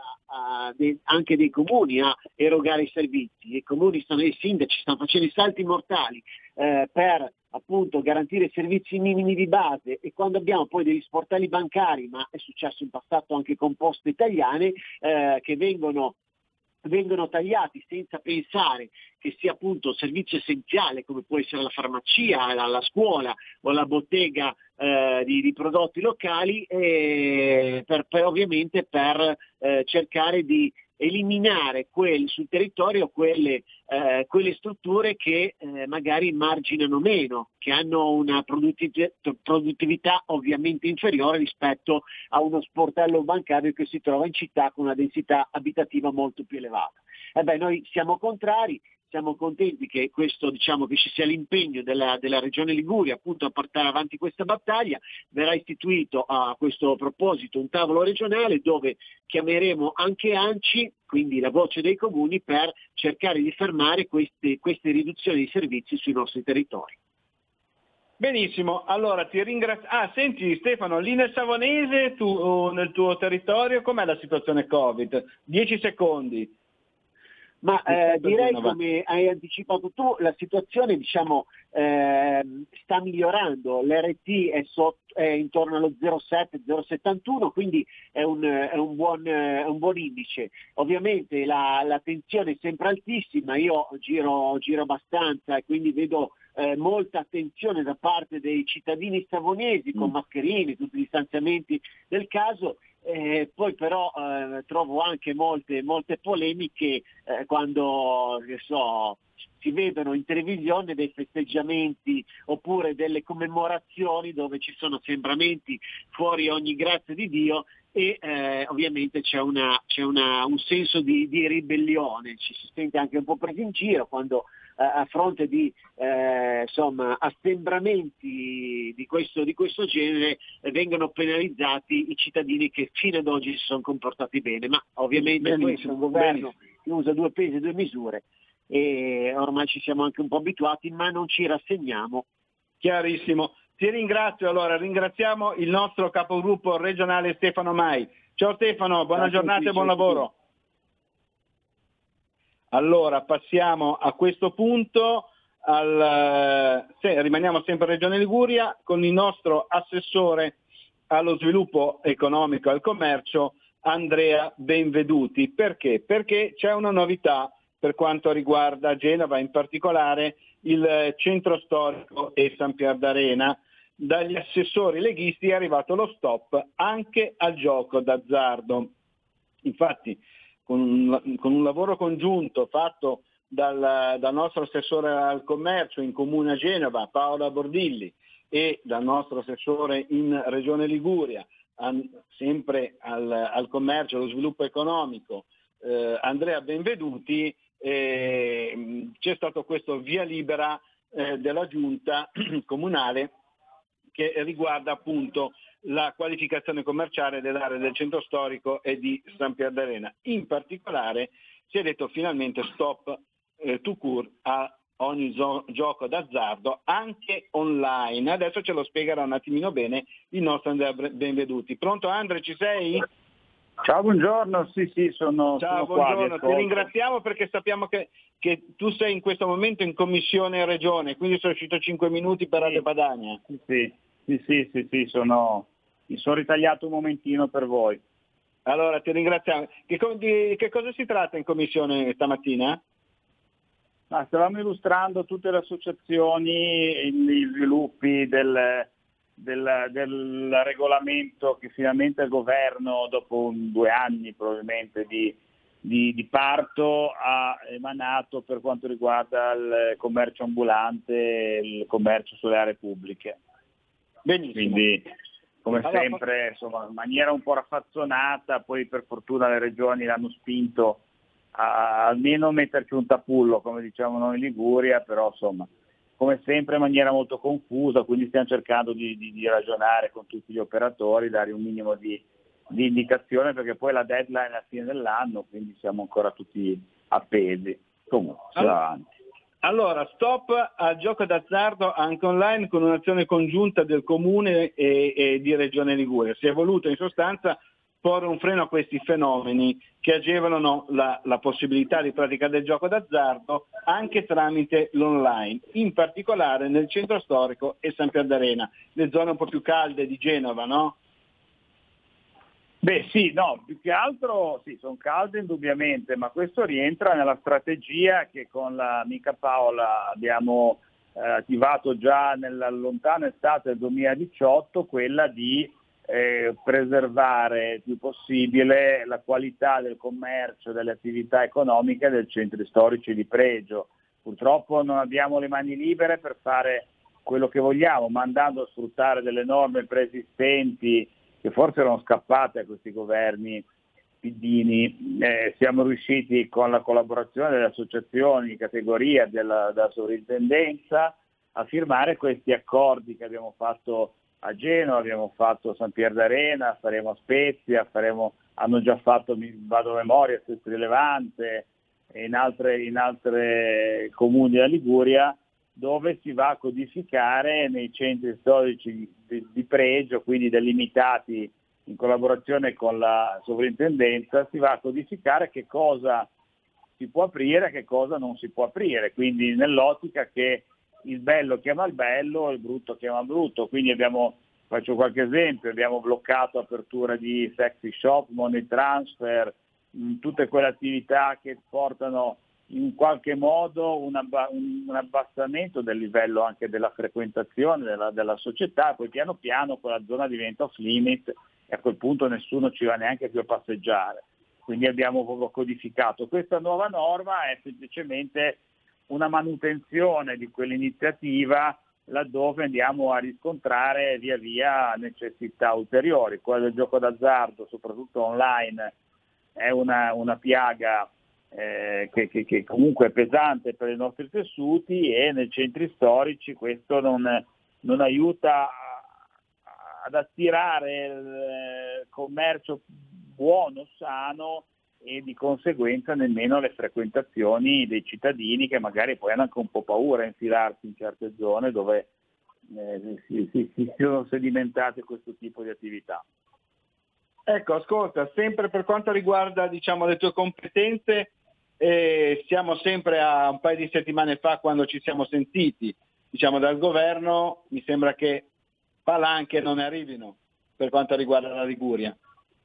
Uh, de, anche dei comuni a erogare i servizi. I comuni stanno, i sindaci stanno facendo i salti mortali eh, per appunto garantire servizi minimi di base, e quando abbiamo poi degli sportelli bancari, ma è successo in passato anche con poste italiane, eh, che vengono vengono tagliati senza pensare che sia appunto un servizio essenziale come può essere la farmacia, la, la scuola o la bottega eh, di, di prodotti locali, eh, per, per ovviamente per eh, cercare di eliminare quel, sul territorio quelle, eh, quelle strutture che eh, magari marginano meno, che hanno una produttività, produttività ovviamente inferiore rispetto a uno sportello bancario che si trova in città con una densità abitativa molto più elevata. Eh beh, noi siamo contrari. Siamo contenti che questo, diciamo, che ci sia l'impegno della, della Regione Liguria appunto a portare avanti questa battaglia. Verrà istituito a questo proposito un tavolo regionale dove chiameremo anche ANCI, quindi la voce dei comuni, per cercare di fermare queste, queste riduzioni di servizi sui nostri territori. Benissimo, allora ti ringrazio. Ah, senti Stefano, lì nel Savonese, tu, nel tuo territorio, com'è la situazione Covid? Dieci secondi. Ma eh, direi, come hai anticipato tu, la situazione diciamo eh, sta migliorando, l'R T è, sotto, è intorno allo zero virgola sette zero virgola settantuno, quindi è un, è un, buon, è un buon indice. Ovviamente la, la tensione è sempre altissima, io giro, giro abbastanza e quindi vedo eh, molta attenzione da parte dei cittadini savonesi con mascherine, tutti gli distanziamenti del caso. Eh, poi però eh, trovo anche molte, molte polemiche eh, quando che so, si vedono in televisione dei festeggiamenti oppure delle commemorazioni dove ci sono assembramenti fuori ogni grazia di Dio e eh, ovviamente c'è, una, c'è una, un senso di, di ribellione, ci si sente anche un po' preso in giro quando eh, a fronte di eh, insomma, assembramenti di questo, di questo genere eh, vengono penalizzati i cittadini che fino ad oggi si sono comportati bene, ma ovviamente benissimo, questo è un governo benissimo. Che usa due pesi e due misure e ormai ci siamo anche un po' abituati, ma non ci rassegniamo. Chiarissimo. Ti ringrazio, allora ringraziamo il nostro capogruppo regionale Stefano Mai. Ciao Stefano, buona Ciao giornata e buon lavoro. Allora passiamo a questo punto, al, se, rimaniamo sempre in Regione Liguria con il nostro assessore allo sviluppo economico e al commercio Andrea Benveduti. Perché? Perché c'è una novità per quanto riguarda Genova, in particolare il centro storico e San Pier d'Arena. Dagli assessori leghisti è arrivato lo stop anche al gioco d'azzardo. Infatti con un, con un lavoro congiunto fatto dal, dal nostro assessore al commercio in comune a Genova, Paola Bordilli, e dal nostro assessore in Regione Liguria, an, sempre al, al commercio e allo sviluppo economico, eh, Andrea Benveduti, eh, c'è stato questo via libera eh, della giunta comunale che riguarda appunto la qualificazione commerciale dell'area del centro storico e di San Pier d'Arena. In particolare si è detto finalmente stop eh, to cure a ogni zo- gioco d'azzardo anche online. Adesso ce lo spiegherà un attimino bene il nostro Andrea Benveduti. Pronto Andre, ci sei? Ciao, buongiorno, sì sì sono, Ciao, sono buongiorno, qua, ti ringraziamo perché sappiamo che, che tu sei in questo momento in commissione in regione, quindi sono uscito cinque minuti per Radio Padania. Sì, sì, sì, sì, sì, sono, mi sono ritagliato un momentino per voi. Allora, ti ringraziamo. Che, co- di che cosa si tratta in commissione stamattina? Ma stavamo illustrando tutte le associazioni, gli sviluppi del, del, del regolamento che finalmente il governo, dopo un, due anni probabilmente di, di, di parto, ha emanato per quanto riguarda il commercio ambulante e il commercio sulle aree pubbliche. Benissimo. Quindi, come allora, sempre, insomma, in maniera un po' raffazzonata, poi per fortuna le regioni l'hanno spinto a almeno metterci un tapullo, come diciamo noi in Liguria, però insomma, come sempre in maniera molto confusa, quindi stiamo cercando di, di, di ragionare con tutti gli operatori, dare un minimo di, di indicazione, perché poi la deadline è alla fine dell'anno, quindi siamo ancora tutti appesi. Comunque, si va avanti. Allora, stop al gioco d'azzardo anche online con un'azione congiunta del Comune e, e di Regione Liguria. Si è voluto in sostanza porre un freno a questi fenomeni che agevolano la, la possibilità di praticare del gioco d'azzardo anche tramite l'online, in particolare nel centro storico e San Pier d'Arena, le zone un po' più calde di Genova, no? Beh sì, no, più che altro sì, sono calde indubbiamente, ma questo rientra nella strategia che con l'amica Paola abbiamo eh, attivato già nella lontana estate del duemiladiciotto, quella di eh, preservare il più possibile la qualità del commercio, delle attività economiche dei centri storici di pregio. Purtroppo non abbiamo le mani libere per fare quello che vogliamo, ma andando a sfruttare delle norme preesistenti che forse erano scappate a questi governi piddini, eh, siamo riusciti con la collaborazione delle associazioni di categoria della, della sovrintendenza a firmare questi accordi che abbiamo fatto a Genova, abbiamo fatto a San Pier d'Arena, faremo a Spezia, faremo, hanno già fatto, mi vado a memoria, a Sestri di Levante e in altre, in altre comuni della Liguria, dove si va a codificare nei centri storici di, di pregio, quindi delimitati in collaborazione con la sovrintendenza, si va a codificare che cosa si può aprire e che cosa non si può aprire, quindi nell'ottica che il bello chiama il bello e il brutto chiama il brutto. Quindi abbiamo, faccio qualche esempio, abbiamo bloccato apertura di sexy shop, money transfer, mh, tutte quelle attività che portano in qualche modo un, abba- un abbassamento del livello anche della frequentazione della, della società, poi piano piano quella zona diventa off limit e a quel punto nessuno ci va neanche più a passeggiare. Quindi abbiamo proprio codificato. Questa nuova norma è semplicemente una manutenzione di quell'iniziativa laddove andiamo a riscontrare via via necessità ulteriori. Quella del gioco d'azzardo, soprattutto online, è una, una piaga Eh, che, che, che comunque è pesante per i nostri tessuti, e nei centri storici questo non, non aiuta a, ad attirare il commercio buono, sano, e di conseguenza nemmeno le frequentazioni dei cittadini, che magari poi hanno anche un po' paura a infilarsi in certe zone dove eh, si, si, si sono sedimentate questo tipo di attività. Ecco, ascolta, sempre per quanto riguarda, diciamo, le tue competenze, eh, siamo sempre a un paio di settimane fa, quando ci siamo sentiti, diciamo, dal governo, mi sembra che palanche non arrivino per quanto riguarda la Liguria.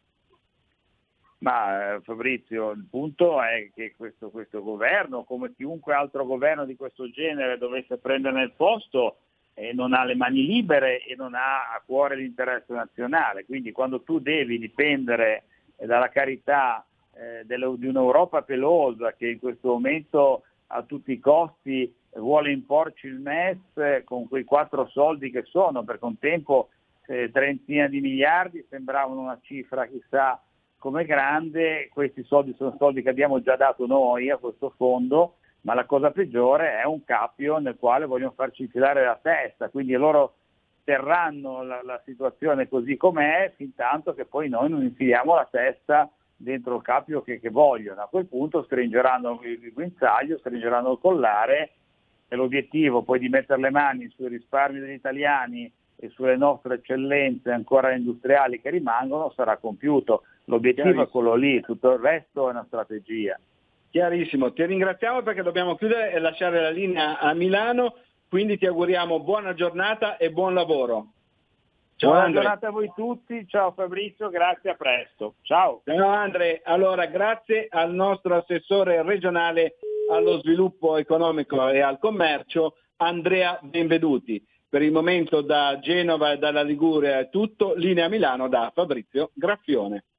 Ma eh, Fabrizio, il punto è che questo, questo governo, come chiunque altro governo di questo genere dovesse prendere il posto, eh, non ha le mani libere e non ha a cuore l'interesse nazionale. Quindi quando tu devi dipendere eh, dalla carità eh, delle, di un'Europa pelosa che in questo momento a tutti i costi vuole imporci il M E S eh, con quei quattro soldi che sono, perché un tempo eh, trentina di miliardi sembravano una cifra chissà come grande. Questi soldi sono soldi che abbiamo già dato noi a questo fondo, ma la cosa peggiore è un cappio nel quale vogliono farci infilare la testa, quindi loro terranno la, la situazione così com'è fin tanto che poi noi non infiliamo la testa dentro il cappio che, che vogliono. A quel punto stringeranno il guinzaglio, stringeranno il collare, e l'obiettivo poi di mettere le mani sui risparmi degli italiani e sulle nostre eccellenze ancora industriali che rimangono sarà compiuto. L'obiettivo è quello lì, tutto il resto è una strategia. Chiarissimo, ti ringraziamo perché dobbiamo chiudere e lasciare la linea a Milano, quindi ti auguriamo buona giornata e buon lavoro. Ciao Buona Andre. giornata a voi tutti, ciao Fabrizio, grazie, a presto. Ciao. Ciao Andre, allora grazie al nostro assessore regionale allo sviluppo economico e al commercio, Andrea Benveduti. Per il momento da Genova e dalla Liguria è tutto, linea Milano da Fabrizio Graffione.